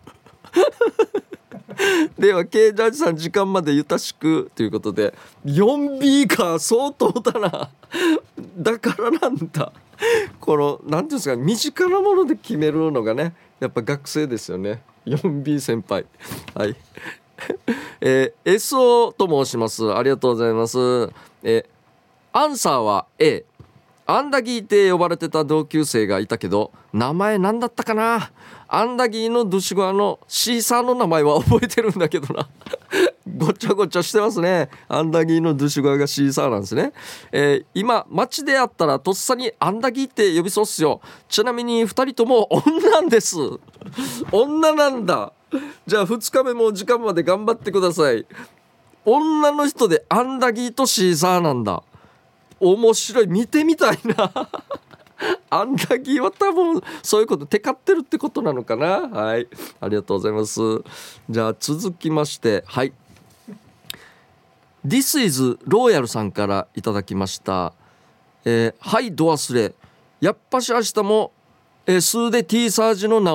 ではケイジャージさん、時間までゆたしくということで、 4B か相当だなだからなんだ、このなんていうんですか、身近なもので決めるのがね、やっぱ学生ですよね。 4B 先輩、はいSO と申します。ありがとうございます。アンサーは A、アンダギーって呼ばれてた同級生がいたけど、名前なんだったかな。アンダギーのドゥシゴアのシーサーの名前は覚えてるんだけどなごちゃごちゃしてますね。アンダギーのドゥシゴアがシーサーなんですね。今街で会ったらとっさにアンダギーって呼びそうっすよ。ちなみに2人とも女なんです女なんだ。じゃあ2日目も時間まで頑張ってください。女の人でアンダギーとシーサーなんだ。面白い、見てみたいなアンダギーは多分そういうことテカってるってことなのかな。はい、ありがとうございます。じゃあ続きまして、はい、This is ローヤルさんからいただきました。はいド忘れ、やっぱし明日も、数で T サージの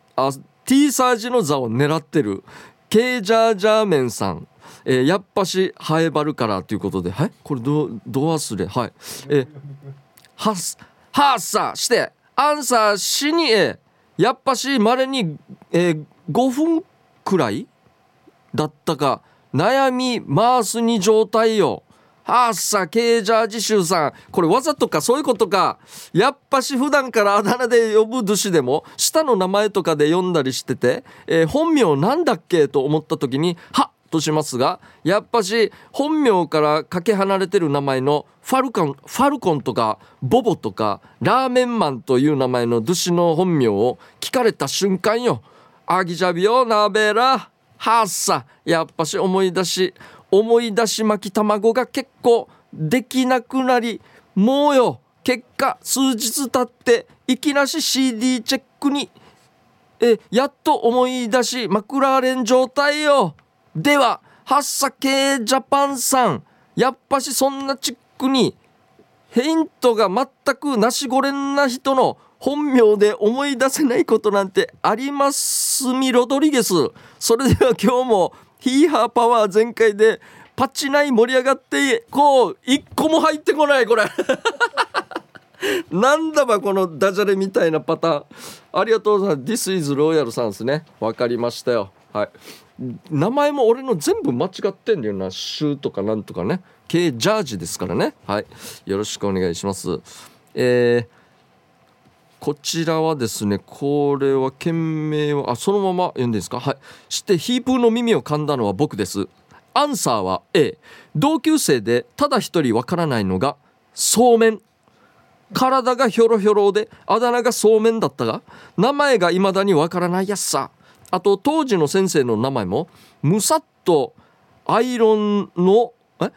T サージの座を狙ってるケイジャージャーメンさん、やっぱしハエバルからということで、はい、これど忘れ、はい、はっさしてアンサーしに、やっぱしまれに、5分くらいだったか悩み回すに状態よ。はっさケイジャージシューさん、これわざとかそういうことか。やっぱし普段からあだ名で呼ぶ主でも下の名前とかで呼んだりしてて、本名なんだっけと思った時にはっとしますが、やっぱし本名からかけ離れてる名前のファルコンとかボボとかラーメンマンという名前の主の本名を聞かれた瞬間よ、アギジャビオナベラはっさ、やっぱし思い出し巻き卵が結構できなくなり、もうよ結果数日経っていきなし CD チェックにやっと思い出しマクラーレン状態よ。ではハッサ系ジャパンさん、やっぱしそんなチックにヒントが全くなしごれんな人の本名で思い出せないことなんてありますみロドリゲス。それでは今日もヒーハーパワー全開でパチナイ盛り上がってこう一個も入ってこないこれなんだばこのダジャレみたいなパターン。ありがとうございます。 This is ロイヤルさんですね。わかりましたよ。はい、名前も俺の全部間違ってんだよな。シューとかなんとかね、K ジャージですからね。はい、よろしくお願いします。こちらはですね、これは件名はそのまま読んでいいですか。はい、してヒープーの耳を噛んだのは僕です。アンサーは A、 同級生でただ一人わからないのがそうめん。体がヒョロヒョロであだ名がそうめんだったが名前が未だにわからないやつさ。 あと当時の先生の名前もムサットアイロンの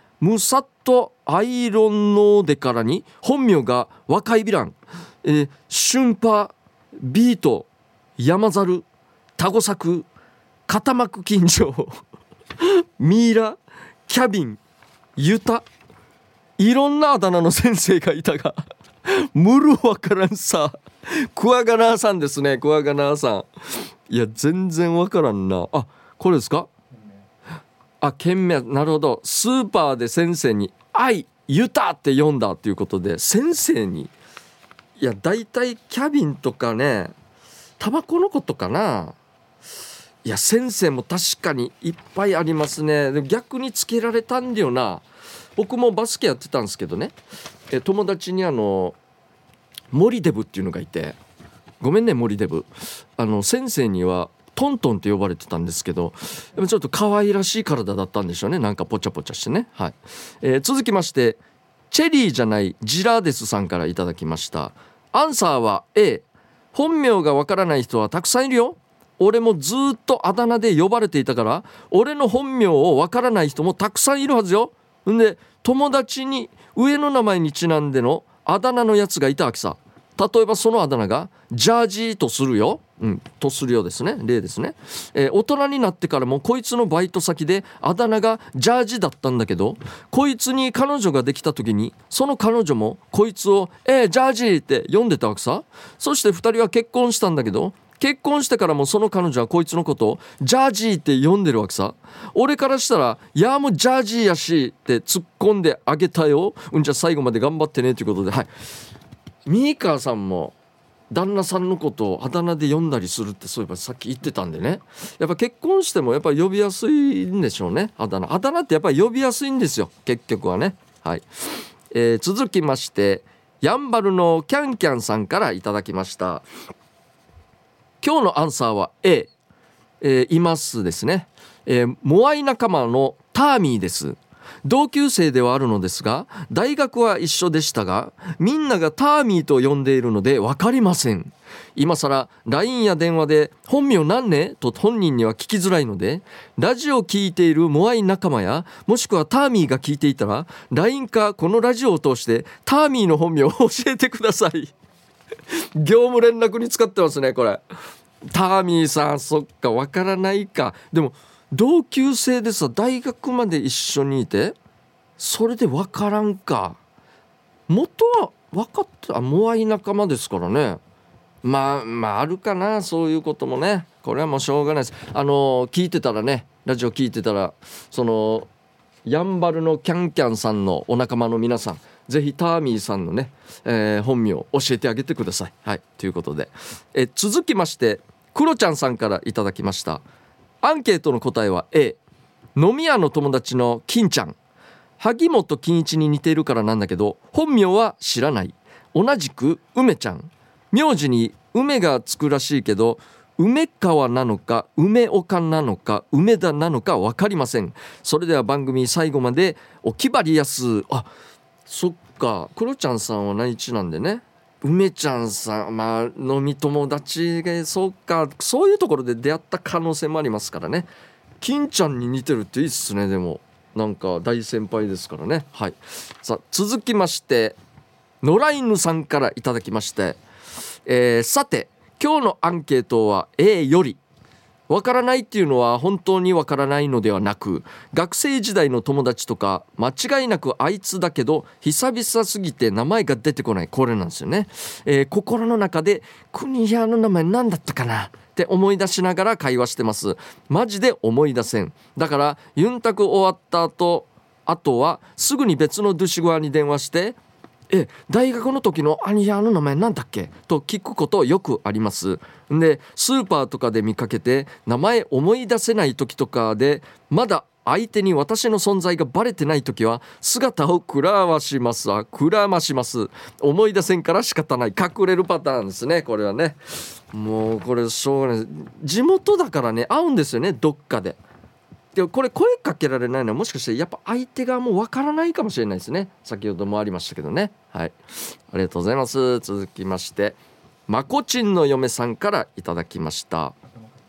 でからに本名が若いヴィラン、シュンパビート山猿タゴサク肩膜緊張ミイラキャビンユタ、いろんなあだ名の先生がいたがムルわからんさ。クワガナーさんですね。クワガナーさん、いや全然わからんな。あ、これですか。あ、県名、なるほど。スーパーで先生に愛ユタって読んだっていうことで先生に、いやだいたいキャビンとかねタバコのことかな。いや先生も確かにいっぱいありますね。でも逆につけられたんだよな。僕もバスケやってたんですけどね、友達に森デブっていうのがいて、ごめんね森デブ、先生にはトントンって呼ばれてたんですけど、でもちょっと可愛らしい体だったんでしょうね。なんかポチャポチャしてね。はい。続きましてチェリーじゃないジラーデスさんからいただきました。アンサーは A。 本名がわからない人はたくさんいるよ。俺もずっとあだ名で呼ばれていたから、俺の本名をわからない人もたくさんいるはずよ。んで友達に上の名前にちなんでのあだ名のやつがいたわけさ。例えばそのあだ名がジャージーとするよ、とするよですね。例ですね。大人になってからもこいつのバイト先であだ名がジャージだったんだけど、こいつに彼女ができた時にその彼女もこいつをジャージーって呼んでたわけさ。そして2人は結婚したんだけど、結婚してからもその彼女はこいつのことをジャージーって呼んでるわけさ。俺からしたらいやもうジャージーやしって突っ込んであげたよ。じゃあ最後まで頑張ってねということで、はい。ミーカーさんも旦那さんのことをあだ名で呼んだりするってそういえばさっき言ってたんでね。やっぱ結婚してもやっぱり呼びやすいんでしょうね。あだ名ってやっぱり呼びやすいんですよ結局はね。はい。続きましてやんばるのキャンキャンさんからいただきました。今日のアンサーは A、いますですね。モアイ仲間のターミーです。同級生ではあるのですが大学は一緒でしたが、みんながターミーと呼んでいるので分かりません。今さら LINE や電話で本名なんねと本人には聞きづらいので、ラジオを聞いているモアイ仲間やもしくはターミーが聞いていたら LINE かこのラジオを通してターミーの本名を教えてください業務連絡に使ってますねこれ。ターミーさん、そっか分からないか。でも同級生でさ大学まで一緒にいてそれで分からんか。元は分かったモアイ仲間ですからね。まああるかなそういうこともね。これはもうしょうがないです。聞いてたらね、ラジオ聞いてたらそのやんばるのキャンキャンさんのお仲間の皆さん、ぜひターミーさんのね、本名を教えてあげてください。はい、ということで、続きましてクロちゃんさんからいただきました。アンケートの答えは A。 飲み屋の友達の金ちゃん、萩本欽一に似ているからなんだけど本名は知らない。同じく梅ちゃん、名字に梅がつくらしいけど梅川なのか梅岡なのか梅田なのか分かりません。それでは番組最後までお気張りやす。あ、そっか、クロちゃんさんは内地なんでね。梅ちゃんさん、まあ飲み友達がそうか、そういうところで出会った可能性もありますからね。金ちゃんに似てるっていいっすね。でもなんか大先輩ですからね。はい。さあ続きまして野良犬さんからいただきまして、さて今日のアンケートは A より。わからないっていうのは本当にわからないのではなく、学生時代の友達とか間違いなくあいつだけど久々すぎて名前が出てこない、これなんですよね。心の中で国屋の名前なんだったかなって思い出しながら会話してます。マジで思い出せん。だからユンタク終わったあとはすぐに別のドゥシゴアに電話して大学の時の兄やの名前なんだっけと聞くことよくあります。でスーパーとかで見かけて名前思い出せない時とかで、まだ相手に私の存在がバレてない時は姿をくらまします。思い出せんから仕方ない、隠れるパターンですね。これはねもうこれしょうがない。地元だからね合うんですよねどっかで。でこれ声かけられないのはもしかしてやっぱ相手がもうわからないかもしれないですね。先ほどもありましたけどね。はい、ありがとうございます。続きましてまこちんの嫁さんからいただきました。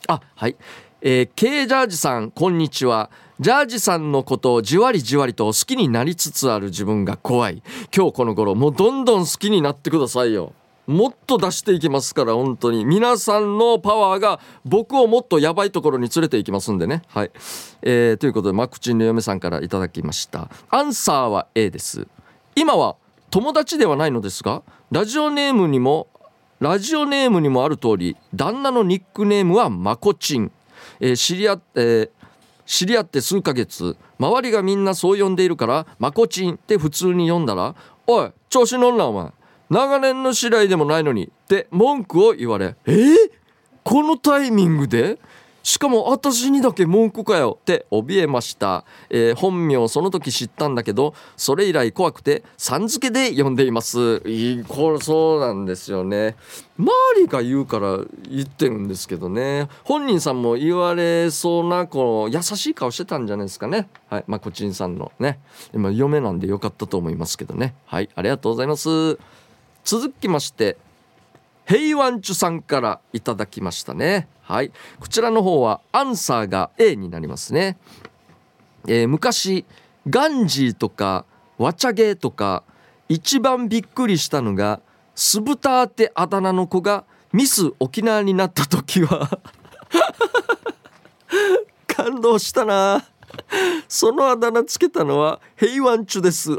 はい、K ジャージさんこんにちは。ジャージさんのことをじわりじわりと好きになりつつある自分が怖い。今日この頃もうどんどん好きになってくださいよ。もっと出していきますから、本当に皆さんのパワーが僕をもっとやばいところに連れていきますんでね。はい、ということでマクチンの嫁さんからいただきました。アンサーは A です。今は友達ではないのですが、ラジオネームにもある通り旦那のニックネームはマコチン。知り合って数ヶ月、周りがみんなそう呼んでいるからマコチンって普通に呼んだら、おい調子乗んなお前、長年の知り合いでもないのにって文句を言われ、このタイミングで、しかも私にだけ文句かよって怯えました。本名その時知ったんだけど、それ以来怖くてさん付けで呼んでいます。これそうなんですよね。周りが言うから言ってるんですけどね、本人さんも言われそうなこの優しい顔してたんじゃないですかね。はい、まこちんさんのね、今嫁なんでよかったと思いますけどね。はい、ありがとうございます。続きましてヘイワンチュさんからいただきましたね。はい、こちらの方はアンサーが A になりますね。昔ガンジーとかワチャゲーとか一番びっくりしたのがスブターってあだ名の子がミス沖縄になった時は感動したな。そのあだ名つけたのはヘイワンチュです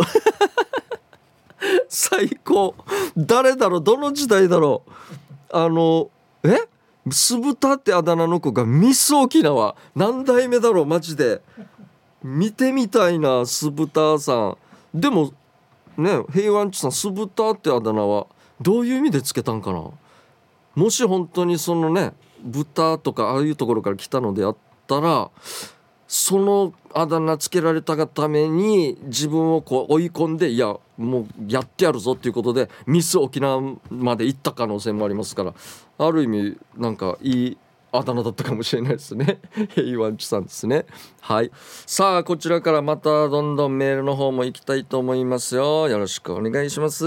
最高。誰だろう、どの時代だろう。酢豚ってあだ名の子がミス沖縄何代目だろう、マジで見てみたいな。酢豚さんでもね、平安地さん酢豚ってあだ名はどういう意味でつけたんかな。もし本当にそのね豚とかああいうところから来たのであったら、そのあだ名つけられたがために自分をこう追い込んで、いやもうやってやるぞっていうことでミス沖縄まで行った可能性もありますから、ある意味なんかいいあだ名だったかもしれないですねヘイワンチさんですね。はい、さあこちらからまたどんどんメールの方も行きたいと思いますよ。よろしくお願いします。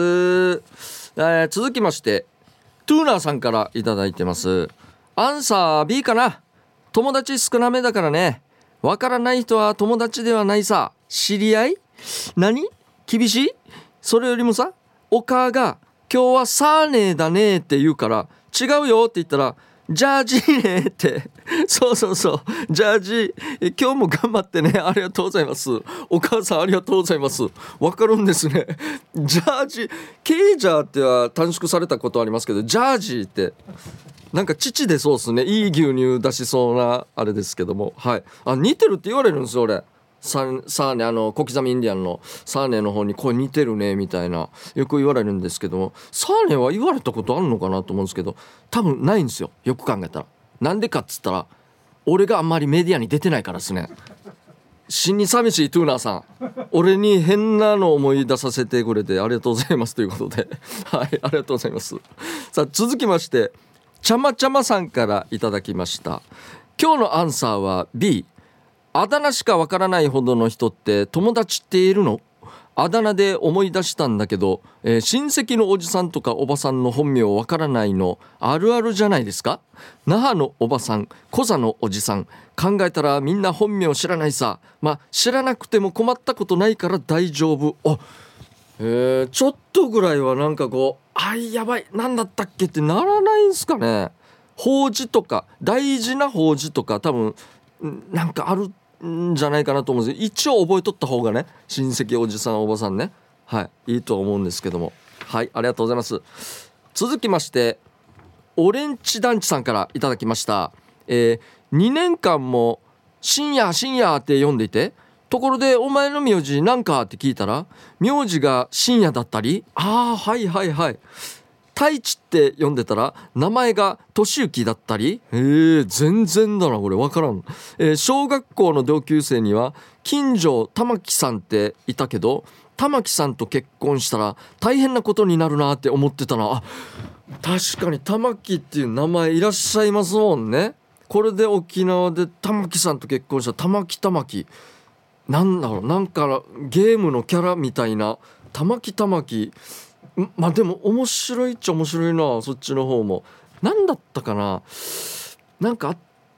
続きましてトゥーナーさんからいただいてます。アンサー B かな。友達少なめだからね。わからない人は友達ではないさ。知り合い？何？厳しい？それよりもさ、お母が今日はサーネーだねって言うから違うよって言ったらジャージーねってそうジャージ今日も頑張ってね、ありがとうございます。お母さんありがとうございます。わかるんですね。ジャージケージャーっては短縮されたことありますけど、ジャージーってなんか父でそうですね、いい牛乳出しそうなあれですけども、はい、似てるって言われるんですよ俺。サーネ小刻みインディアンのサーネの方にこれ似てるねみたいなよく言われるんですけども、サーネは言われたことあるのかなと思うんですけど多分ないんですよ。よく考えたらなんでかっつったら俺があんまりメディアに出てないからですね。死に寂しいトゥーナーさん、俺に変なの思い出させてくれてありがとうございますということではい、ありがとうございます。さあ続きましてちゃまちゃまさんからいただきました。今日のアンサーは B。 あだ名しかわからないほどの人って友達っているの？あだ名で思い出したんだけど、親戚のおじさんとかおばさんの本名わからないのあるあるじゃないですか。那覇のおばさん、コザのおじさん、考えたらみんな本名知らないさ。知らなくても困ったことないから大丈夫。ちょっとぐらいはなんかこうやばいなんだったっけってならないんすかね。法事とか大事な法事とか多分なんかあるんじゃないかなと思うんですけど、一応覚えとった方がね、親戚おじさんおばさんね、はいいいと思うんですけども、はいありがとうございます。続きましてオレンジ団地さんからいただきました。2年間も深夜って呼んでいて、ところでお前の名字なんかって聞いたら名字が深夜だったり、はい太一って呼んでたら名前が俊之だったり、全然だなこれ分からん。小学校の同級生には金城玉木さんっていたけど、玉木さんと結婚したら大変なことになるなって思ってたな。確かに玉木っていう名前いらっしゃいますもんね。これで沖縄で玉木さんと結婚した玉木なんだろう、なんかゲームのキャラみたいな玉木でも面白いっちゃ面白いな。そっちの方もなんだったかな、なんかあっ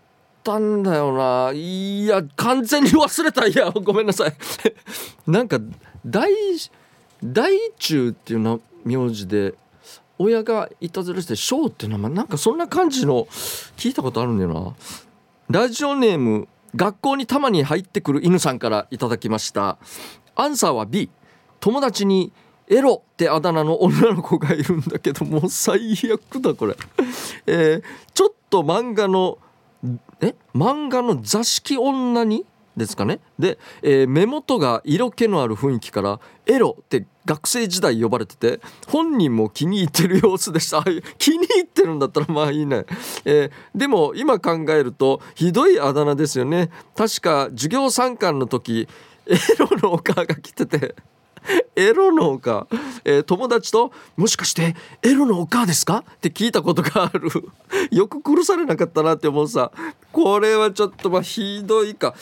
たんだよな。いや完全に忘れた。いやごめんなさいなんか大中っていうの名字で親がいたずらして小っていう名前なんかそんな感じの聞いたことあるんだよな。ラジオネーム学校にたまに入ってくる犬さんからいただきました。アンサーは B。 友達にエロってあだ名の女の子がいるんだけどもう最悪だこれちょっと漫画の座敷女にですかね。で、目元が色気のある雰囲気からエロって学生時代呼ばれてて本人も気に入ってる様子でした。気に入ってるんだったらまあいいね、でも今考えるとひどいあだ名ですよね。確か授業参観の時エロのお母が来ててエロのお母、友達ともしかしてエロのお母ですかって聞いたことがあるよく殺されなかったなって思うさ。これはちょっとひどいか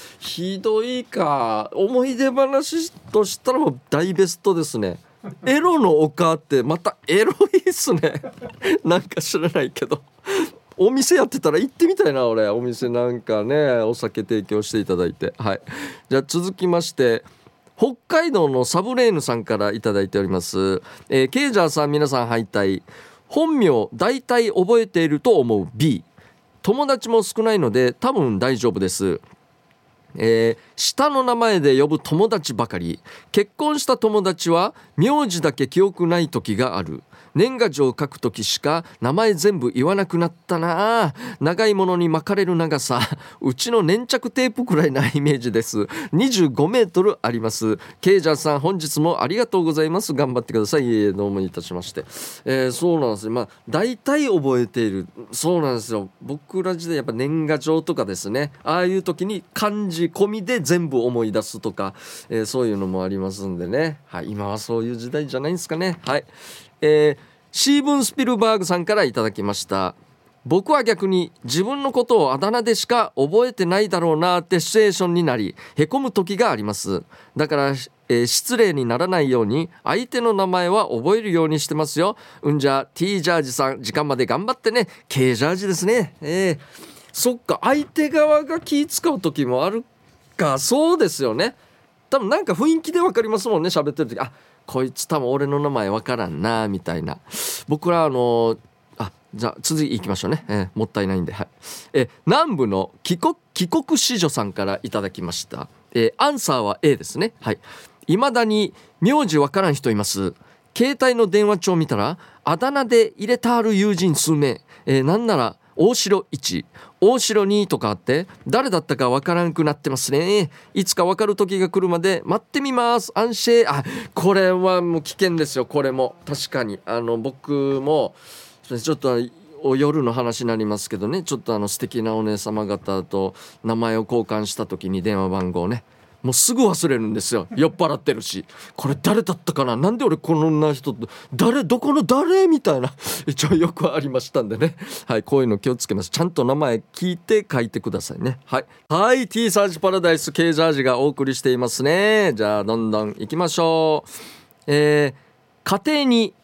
思い出話としたらもう大ベストですね。エロのお母ってまたエロいっすねなんか知らないけどお店やってたら行ってみたいな。俺お店なんかねお酒提供していただいて。はい、じゃあ続きまして北海道のサブレーヌさんからいただいております。ケイジャーさん皆さんハイタイ。本名大体覚えていると思う B。 友達も少ないので多分大丈夫です。下の名前で呼ぶ友達ばかり。結婚した友達は名字だけ記憶ない時がある。年賀状を書くときしか名前全部言わなくなったな。長いものに巻かれる長さうちの粘着テープくらいなイメージです。25メートルあります。ケイジャーさん本日もありがとうございます。頑張ってください。どうもいたしまして、そうなんですよ。大体覚えている。そうなんですよ。僕ら時代やっぱ年賀状とかですね、ああいう時に漢字込みで全部思い出すとか、そういうのもありますんでね。はい、今はそういう時代じゃないんですかね。はい、シーブン・スピルバーグさんからいただきました。僕は逆に自分のことをあだ名でしか覚えてないだろうなってシチュエーションになりへこむ時があります。だから、失礼にならないように相手の名前は覚えるようにしてますよ。じゃあ T ジャージさん時間まで頑張ってね。 K ジャージですね。そっか相手側が気使う時もあるか。そうですよね。多分なんか雰囲気で分かりますもんね。喋ってる時こいつ多分俺の名前わからんなみたいな。僕らじゃあ続き行きましょうね、もったいないんで、はい、南部の帰国子女さんからいただきました。アンサーは A ですね。はい、未だに名字わからん人います。携帯の電話帳を見たらあだ名で入れたある友人数名、なんなら大城1大城2とかあって誰だったかわからんくなってますね。いつかわかる時が来るまで待ってみます。安心。これはもう危険ですよ。これも確かに僕もちょっと夜の話になりますけどね、ちょっと素敵なお姉様方と名前を交換した時に電話番号ねもうすぐ忘れるんですよ。酔っ払ってるしこれ誰だったかな、なんで俺こんな人とどこの誰みたいな一応よくありましたんでね。はい、こういうの気をつけます。ちゃんと名前聞いて書いてくださいね。はい、T サージパラダイス K ジャージがお送りしていますね。じゃあどんどん行きましょう。家庭に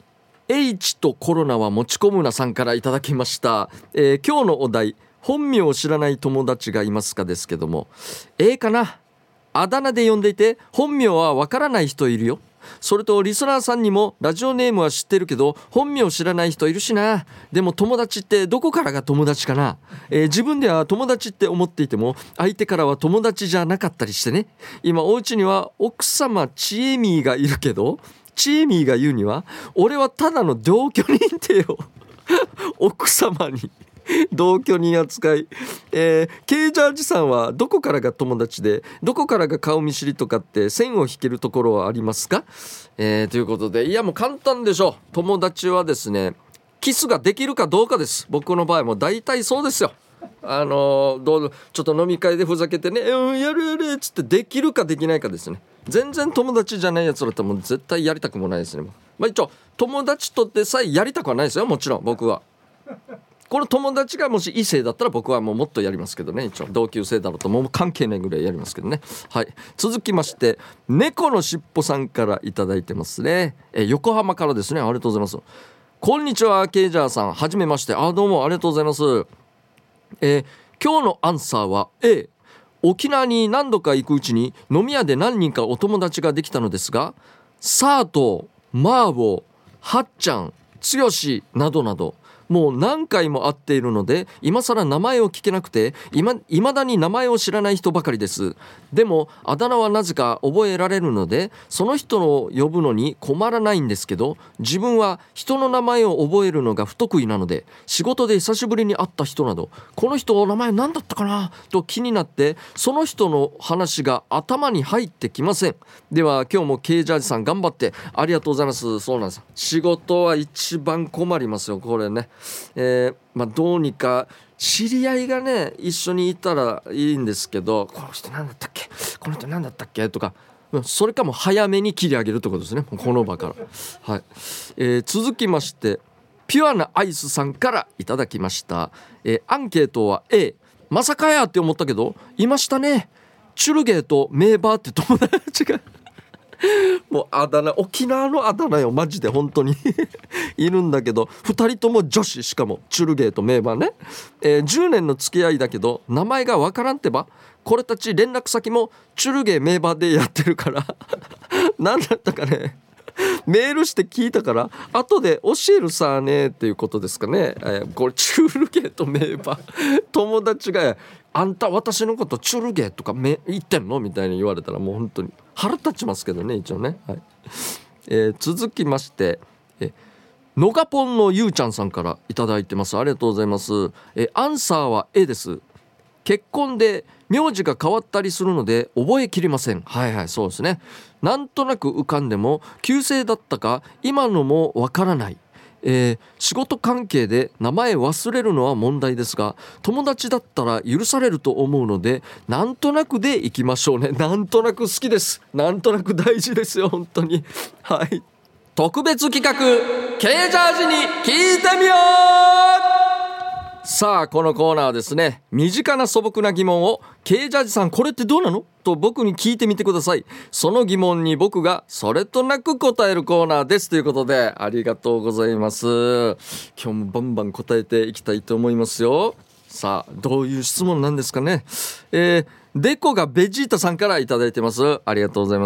H とコロナは持ち込むなさんからいただきました。今日のお題本名を知らない友達がいますかですけども、かな。あだ名で呼んでいて本名はわからない人いるよ。それとリスナーさんにもラジオネームは知ってるけど本名知らない人いるしな。でも友達ってどこからが友達かな。自分では友達って思っていても相手からは友達じゃなかったりしてね。今お家には奥様ちえみーがいるけどちえみーが言うには俺はただの同居人ってよ奥様に同居人扱い。ケイジャージさんはどこからが友達でどこからが顔見知りとかって線を引けるところはありますか。ということで、いやもう簡単でしょ。友達はですねキスができるかどうかです。僕の場合も大体そうですよ。ちょっと飲み会でふざけてね、やるっつってできるかできないかですね。全然友達じゃないやつだったらもう絶対やりたくもないですね。一応友達とってさえやりたくはないですよ。もちろん僕はこの友達がもし異性だったら僕はもっとやりますけどね。一応同級生だろうともう関係ないぐらいやりますけどね。はい、続きまして猫のしっぽさんからいただいてますね。横浜からですね。ありがとうございます。こんにちはケイジャーさん、はじめまして。どうもありがとうございます。 今日のアンサーは A。 沖縄に何度か行くうちに飲み屋で何人かお友達ができたのですが、サート、マーボー、はっちゃん、つよしなどなどもう何回も会っているので今更名前を聞けなくていまだに名前を知らない人ばかりです。でもあだ名はなぜか覚えられるのでその人を呼ぶのに困らないんですけど、自分は人の名前を覚えるのが不得意なので、仕事で久しぶりに会った人などこの人の名前何だったかなと気になってその人の話が頭に入ってきません。では今日も K ジャージさん頑張ってありがとうございます。そうなんです、仕事は一番困りますよこれね。どうにか知り合いがね一緒にいたらいいんですけど、この人何だったっけこの人何だったっけとか、それかも早めに切り上げるってことですねこの場から、はい。続きましてピュアなアイスさんからいただきました。アンケートは A。 まさかやって思ったけどいましたね、チュルゲーとメーバーって友達がもうあだ名、沖縄のあだ名よマジで本当にいるんだけど、2人とも女子、しかもチュルゲーとメーバーね。10年の付き合いだけど名前がわからんってば、これたち連絡先もチュルゲーメーバーでやってるから何だったかね、メールして聞いたから後で教えるさねっていうことですかね。これチュルゲーとメーバー友達があんた私のことチュルゲーとか言ってんのみたいに言われたらもう本当に腹立ちますけどね一応ね、はい。続きましてのがぽんのゆうちゃんさんからいただいてます。ありがとうございます。アンサーは A です。結婚で名字が変わったりするので覚えきりません。はいはい、そうですね。なんとなく浮かんでも旧姓だったか今のもわからない。仕事関係で名前忘れるのは問題ですが友達だったら許されると思うのでなんとなくでいきましょうね。なんとなく好きです。なんとなく大事ですよ本当に。はい。特別企画 K ジャージに聞いてみよう。さあこのコーナーはですね、身近な素朴な疑問を K ジャージさんこれってどうなのと僕に聞いてみてください。その疑問に僕がそれとなく答えるコーナーですということでありがとうございます。今日もバンバン答えていきたいと思いますよ。さあどういう質問なんですかね。デコがベジータさんからいただいてます。ありがとうございます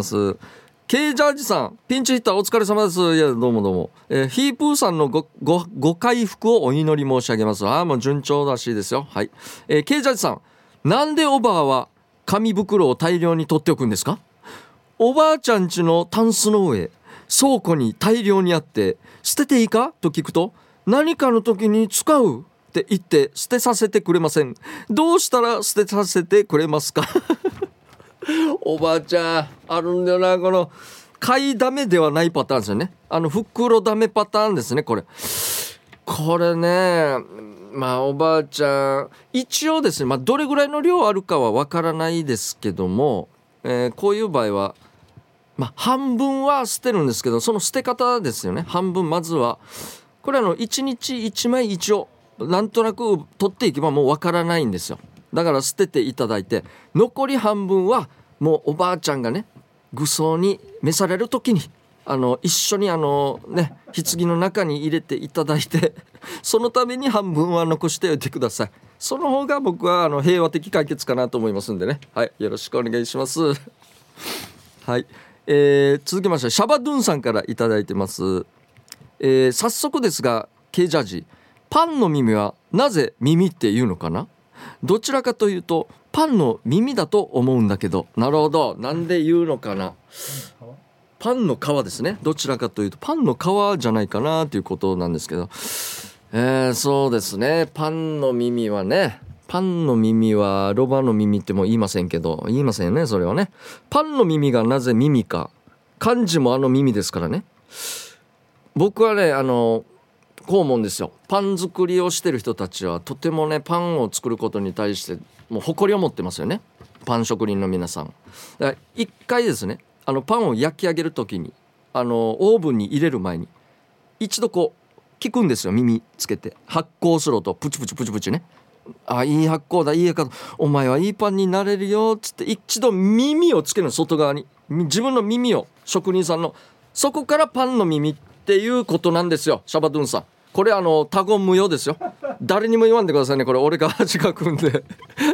。K ジャージさんピンチヒッターお疲れ様です。いやどうもどうも、ヒープーさんのご回復をお祈り申し上げます。もう順調らしいですよ。はい。K ジャージさんなんでおばあは紙袋を大量に取っておくんですか？おばあちゃん家のタンスの上倉庫に大量にあって捨てていいかと聞くと何かの時に使うって言って捨てさせてくれません。どうしたら捨てさせてくれますか？おばあちゃんあるんだよな、この買いだめではないパターンですよね。袋だめパターンですねこれね。おばあちゃん一応ですね、どれぐらいの量あるかはわからないですけども、こういう場合は半分は捨てるんですけど、その捨て方ですよね。半分まずはこれ1日1枚一応なんとなく取っていけばもうわからないんですよ。だから捨てていただいて残り半分はもうおばあちゃんがね愚葬に召される時に一緒に棺の中に入れていただいてそのために半分は残しておいてください。その方が僕は平和的解決かなと思いますんでね。はい、よろしくお願いしますはい。続きましてシャバドゥンさんからいただいてます。早速ですが K ジャージパンの耳はなぜ耳って言うのかな。どちらかというとパンの耳だと思うんだけど。なるほど、なんで言うのかな。パンの皮ですね。どちらかというとパンの皮じゃないかなということなんですけど、そうですね。パンの耳はロバの耳っても言いませんけど、言いませんよねそれはね。パンの耳がなぜ耳か、漢字も耳ですからね。僕はねこう思うんですよ。パン作りをしてる人たちはとてもねパンを作ることに対してもう誇りを持ってますよね。パン職人の皆さん。だから一回ですねパンを焼き上げるときにオーブンに入れる前に一度こう聞くんですよ。耳つけて発酵するとプチプチプチプチね。いい発酵だいい発酵だ、お前はいいパンになれるよっつって一度耳をつけるの。外側に自分の耳を職人さんのそこからパンの耳っていうことなんですよ。シャバドゥンさんこれ他言無用ですよ。誰にも言わんでくださいね。これ俺が恥かくんで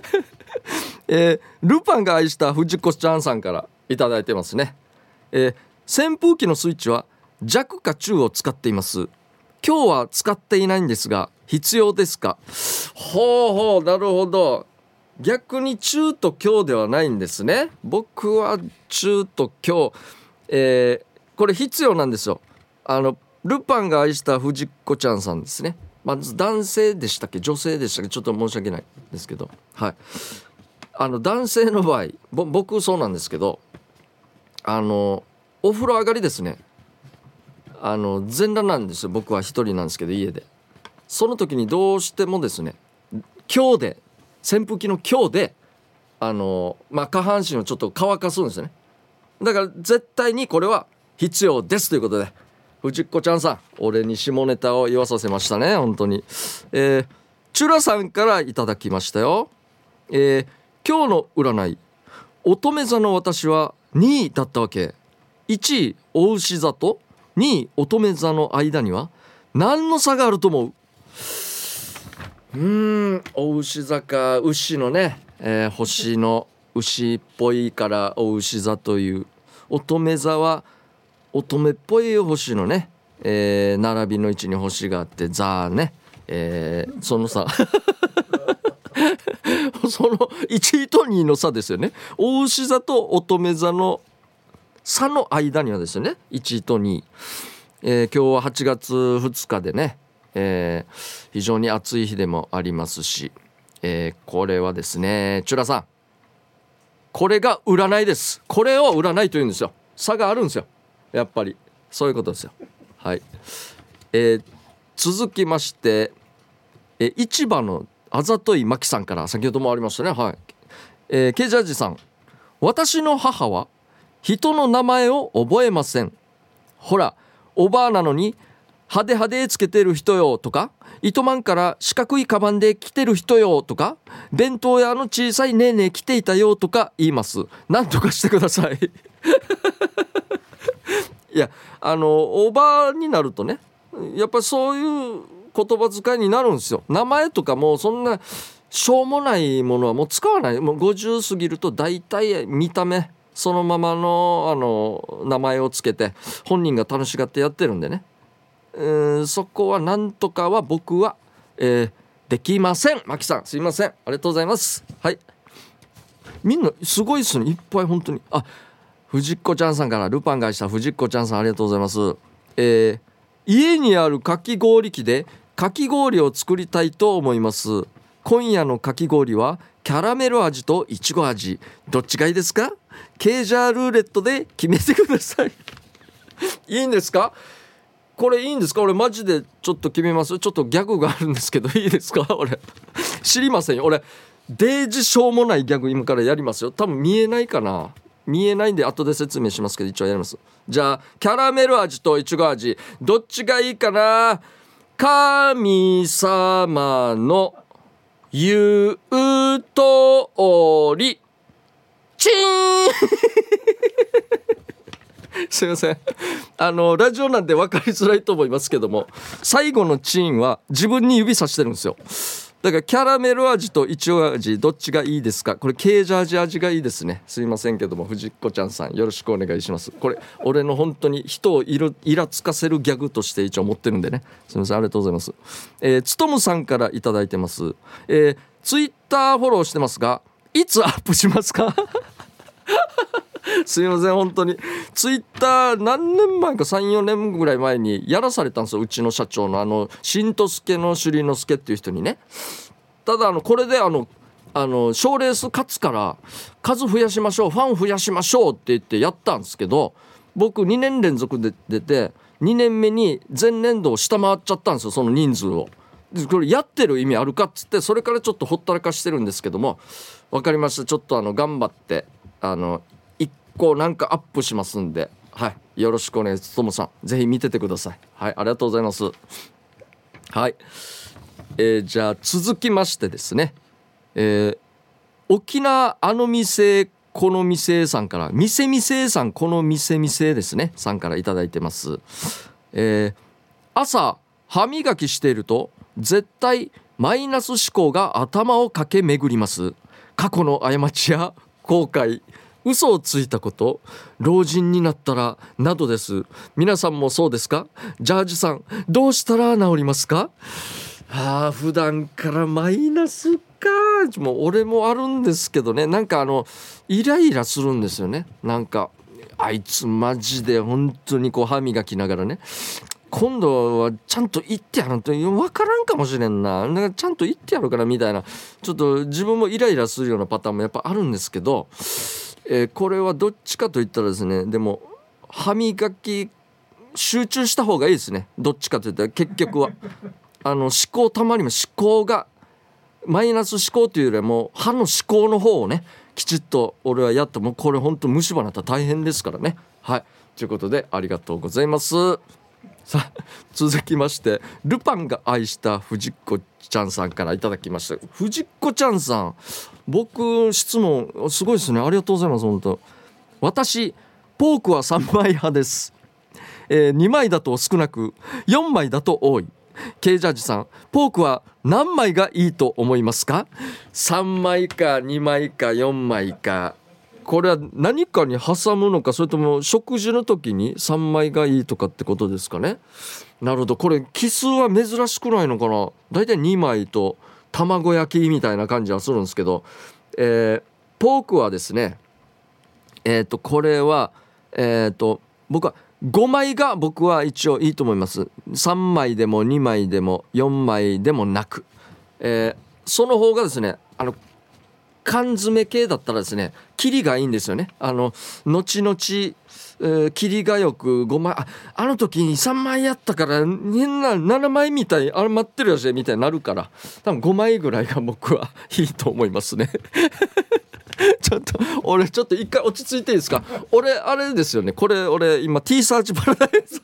ルパンが愛した藤子ちゃんさんからいただいてますね。扇風機のスイッチは弱か中を使っています。今日は使っていないんですが必要ですか。ほうほう、なるほど。逆に中と強ではないんですね。僕は中と強、これ必要なんですよ。ルパンが愛した藤子ちゃんさんですね。まず男性でしたっけ女性でしたっけ、ちょっと申し訳ないですけど、はい、男性の場合僕そうなんですけど、お風呂上がりですね、全裸なんですよ。僕は一人なんですけど家で、その時にどうしてもですね強で扇風機の強で下半身をちょっと乾かすんですよね。だから絶対にこれは必要ですということで、藤子ちゃんさん俺に下ネタを言わさせましたね本当に。チュラさんからいただきましたよ。今日の占い、乙女座の私は2位だったわけ。1位お牛座と2位乙女座の間には何の差があると思う。お牛座か、牛のね、星の牛っぽいからお牛座という。乙女座は乙女っぽい星のね、並びの位置に星があって座ね、その差その1位と2位の差ですよね。お牛座と乙女座の差の間にはですね1位と2位、今日は8月2日でね、非常に暑い日でもありますし、これはですねチュラさん、これが占いです。これを占いというんですよ。差があるんですよやっぱり、そういうことですよ。はい、続きまして、市場のあざといまきさんから先ほどもありましたね。はい、ケジャージさん、私の母は人の名前を覚えません。ほらおばあなのに派手派手つけてる人よとか、糸満から四角いカバンで来てる人よとか、弁当屋の小さいねえねえ来ていたよとか言います。なんとかしてくださいいやおばあになるとねやっぱりそういう言葉遣いになるんですよ。名前とかもそんなしょうもないものはもう使わない。もう50過ぎると大体見た目そのままの名前をつけて本人が楽しがってやってるんでね、そこはなんとかは僕は、できません。マキさんすいません、ありがとうございます。はい、みんなすごいですね、いっぱい本当に。藤子ちゃんさんからルパンがした藤子ちゃんさんありがとうございます。家にあるかき氷機でかき氷を作りたいと思います。今夜のかき氷はキャラメル味といちご味、どっちがいいですか。ケージャールーレットで決めてくださいいいんですかこれ、いいんですか。俺マジでちょっと決めます。ちょっとギャグがあるんですけどいいですか。俺知りませんよ。俺デージしょうもないギャグ今からやりますよ。多分見えないかな、見えないんで後で説明しますけど一応やります。じゃあキャラメル味といちご味どっちがいいかな。神様の言う通りチーンすいません、ラジオなんで分かりづらいと思いますけども、最後のチーンは自分に指さしてるんですよ。だからキャラメル味といちご味どっちがいいですか。これケージャージ味がいいですね。すいませんけども藤子ちゃんさんよろしくお願いします。これ俺の本当に人をイラつかせるギャグとして一応持ってるんでね、すいません、ありがとうございます。つとむさんからいただいてます。ツイッターフォローしてますがいつアップしますかすいません本当に。ツイッター何年前か 3,4 年ぐらい前にやらされたんですよ、うちの社長の新とすけの朱里之助っていう人にね。ただこれで賞レース勝つから数増やしましょう、ファン増やしましょうって言ってやったんですけど、僕2年連続で出て2年目に前年度を下回っちゃったんですよ、その人数を。これやってる意味あるかっつってそれからちょっとほったらかしてるんですけども、分かりました、ちょっと頑張って1個なんかアップしますんで、はい、よろしくお願いします。ともさんぜひ見ててください。はい、ありがとうございます。はい、じゃあ続きましてですね、沖縄店この店さんから店さんこの店ですねさんからいただいてます。朝歯磨きしていると絶対マイナス思考が頭を駆け巡ります。過去の過ちや後悔、嘘をついたこと、老人になったらなどです。皆さんもそうですか？ジャージさん、どうしたら治りますか？普段からマイナスか。もう俺もあるんですけどね、なんかイライラするんですよね。なんかあいつマジで本当にこう歯磨きながらね、今度はちゃんと言ってやると分からんかもしれんな、なんかちゃんと言ってやるからみたいな、ちょっと自分もイライラするようなパターンもやっぱあるんですけど、これはどっちかといったらですね、でも歯磨き集中した方がいいですね。どっちかといったら結局は思考たまりも思考がマイナス思考というよりはもう歯の思考の方をねきちっと俺はやって、もうこれ本当虫歯なったら大変ですからね。はいということでありがとうございます。さあ続きまして、ルパンが愛した藤子ちゃんさんからいただきました。藤子ちゃんさん、僕質問すごいですね、ありがとうございます。本当私ポークは3枚派です。2枚だと少なく4枚だと多い。Kジャージさん、ポークは何枚がいいと思いますか？3枚か2枚か4枚か、これは何かに挟むのか、それとも食事の時に3枚がいいとかってことですかね。なるほど、これ奇数は珍しくないのかな。だいたい2枚と卵焼きみたいな感じはするんですけど、ポークはですね、これは僕は5枚が僕は一応いいと思います。3枚でも2枚でも4枚でもなく、その方がですね、缶詰系だったらですね、キリがいいんですよね。後々、キリがよく5枚、あの時に3枚やったから変な7枚みたい、あれ待ってるやつみたいになるから、多分5枚ぐらいが僕はいいと思いますね。ちょっと俺ちょっと一回落ち着いていいですか。俺あれですよね、これ俺今 T サーチパラダイス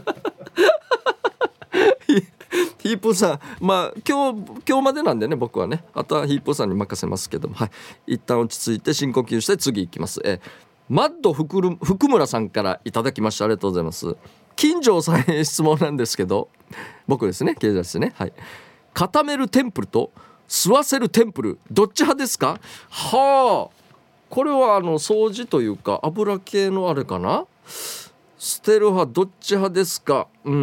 ヒープーさん、まあ今日までなんでね、僕はね、あとはヒープーさんに任せますけども、はい、一旦落ち着いて深呼吸して次行きます。マッド福村さんからいただきました。ありがとうございます。金城さんへ質問なんですけど、僕ですね、経済ですね、はい、固めるテンプルと吸わせるテンプル、どっち派ですか？はあ、これは掃除というか油系のあれかな。捨てる派、どっち派ですか？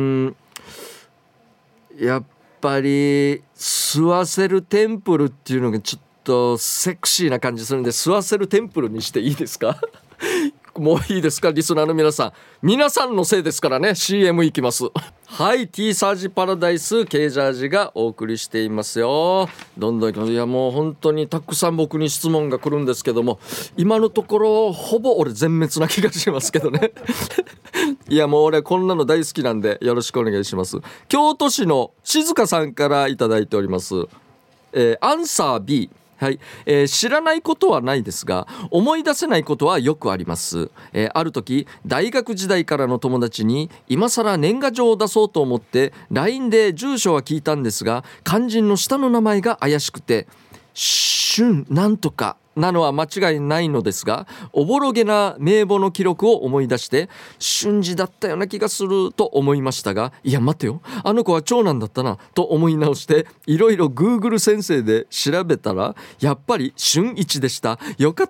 やっぱり吸わせるテンプルっていうのがちょっとセクシーな感じするんで、吸わせるテンプルにしていいですか？もういいですか、リスナーの皆さん、皆さんのせいですからね。 CM いきます。はい、 T サージパラダイス K ジャージがお送りしていますよ。どんどんいやもう本当にたくさん僕に質問が来るんですけども、今のところほぼ俺全滅な気がしますけどね。いやもう俺こんなの大好きなんでよろしくお願いします。京都市の静香さんからいただいております。アンサー B、はい、知らないことはないですが思い出せないことはよくあります。ある時大学時代からの友達に今更年賀状を出そうと思って LINE で住所は聞いたんですが、肝心の下の名前が怪しくて春なんとかなのは間違いないのですが、おぼろげな名簿の記録を思い出して瞬時だったような気がすると思いましたが、いや待てよ、あの子は長男だったなと思い直していろいろ Google 先生で調べたらやっぱり春一でした。よかった、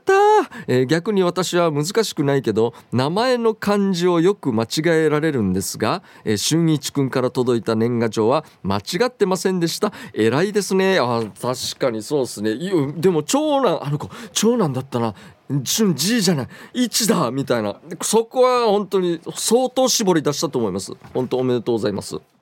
逆に私は難しくないけど名前の漢字をよく間違えられるんですが、春一くんから届いた年賀状は間違ってませんでした。偉いですね。確かにそうですね。でも長男、あの子長男だったな、春 G じゃない1だみたいな、そこは本当に相当絞り出したと思います。本当おめでとうございます。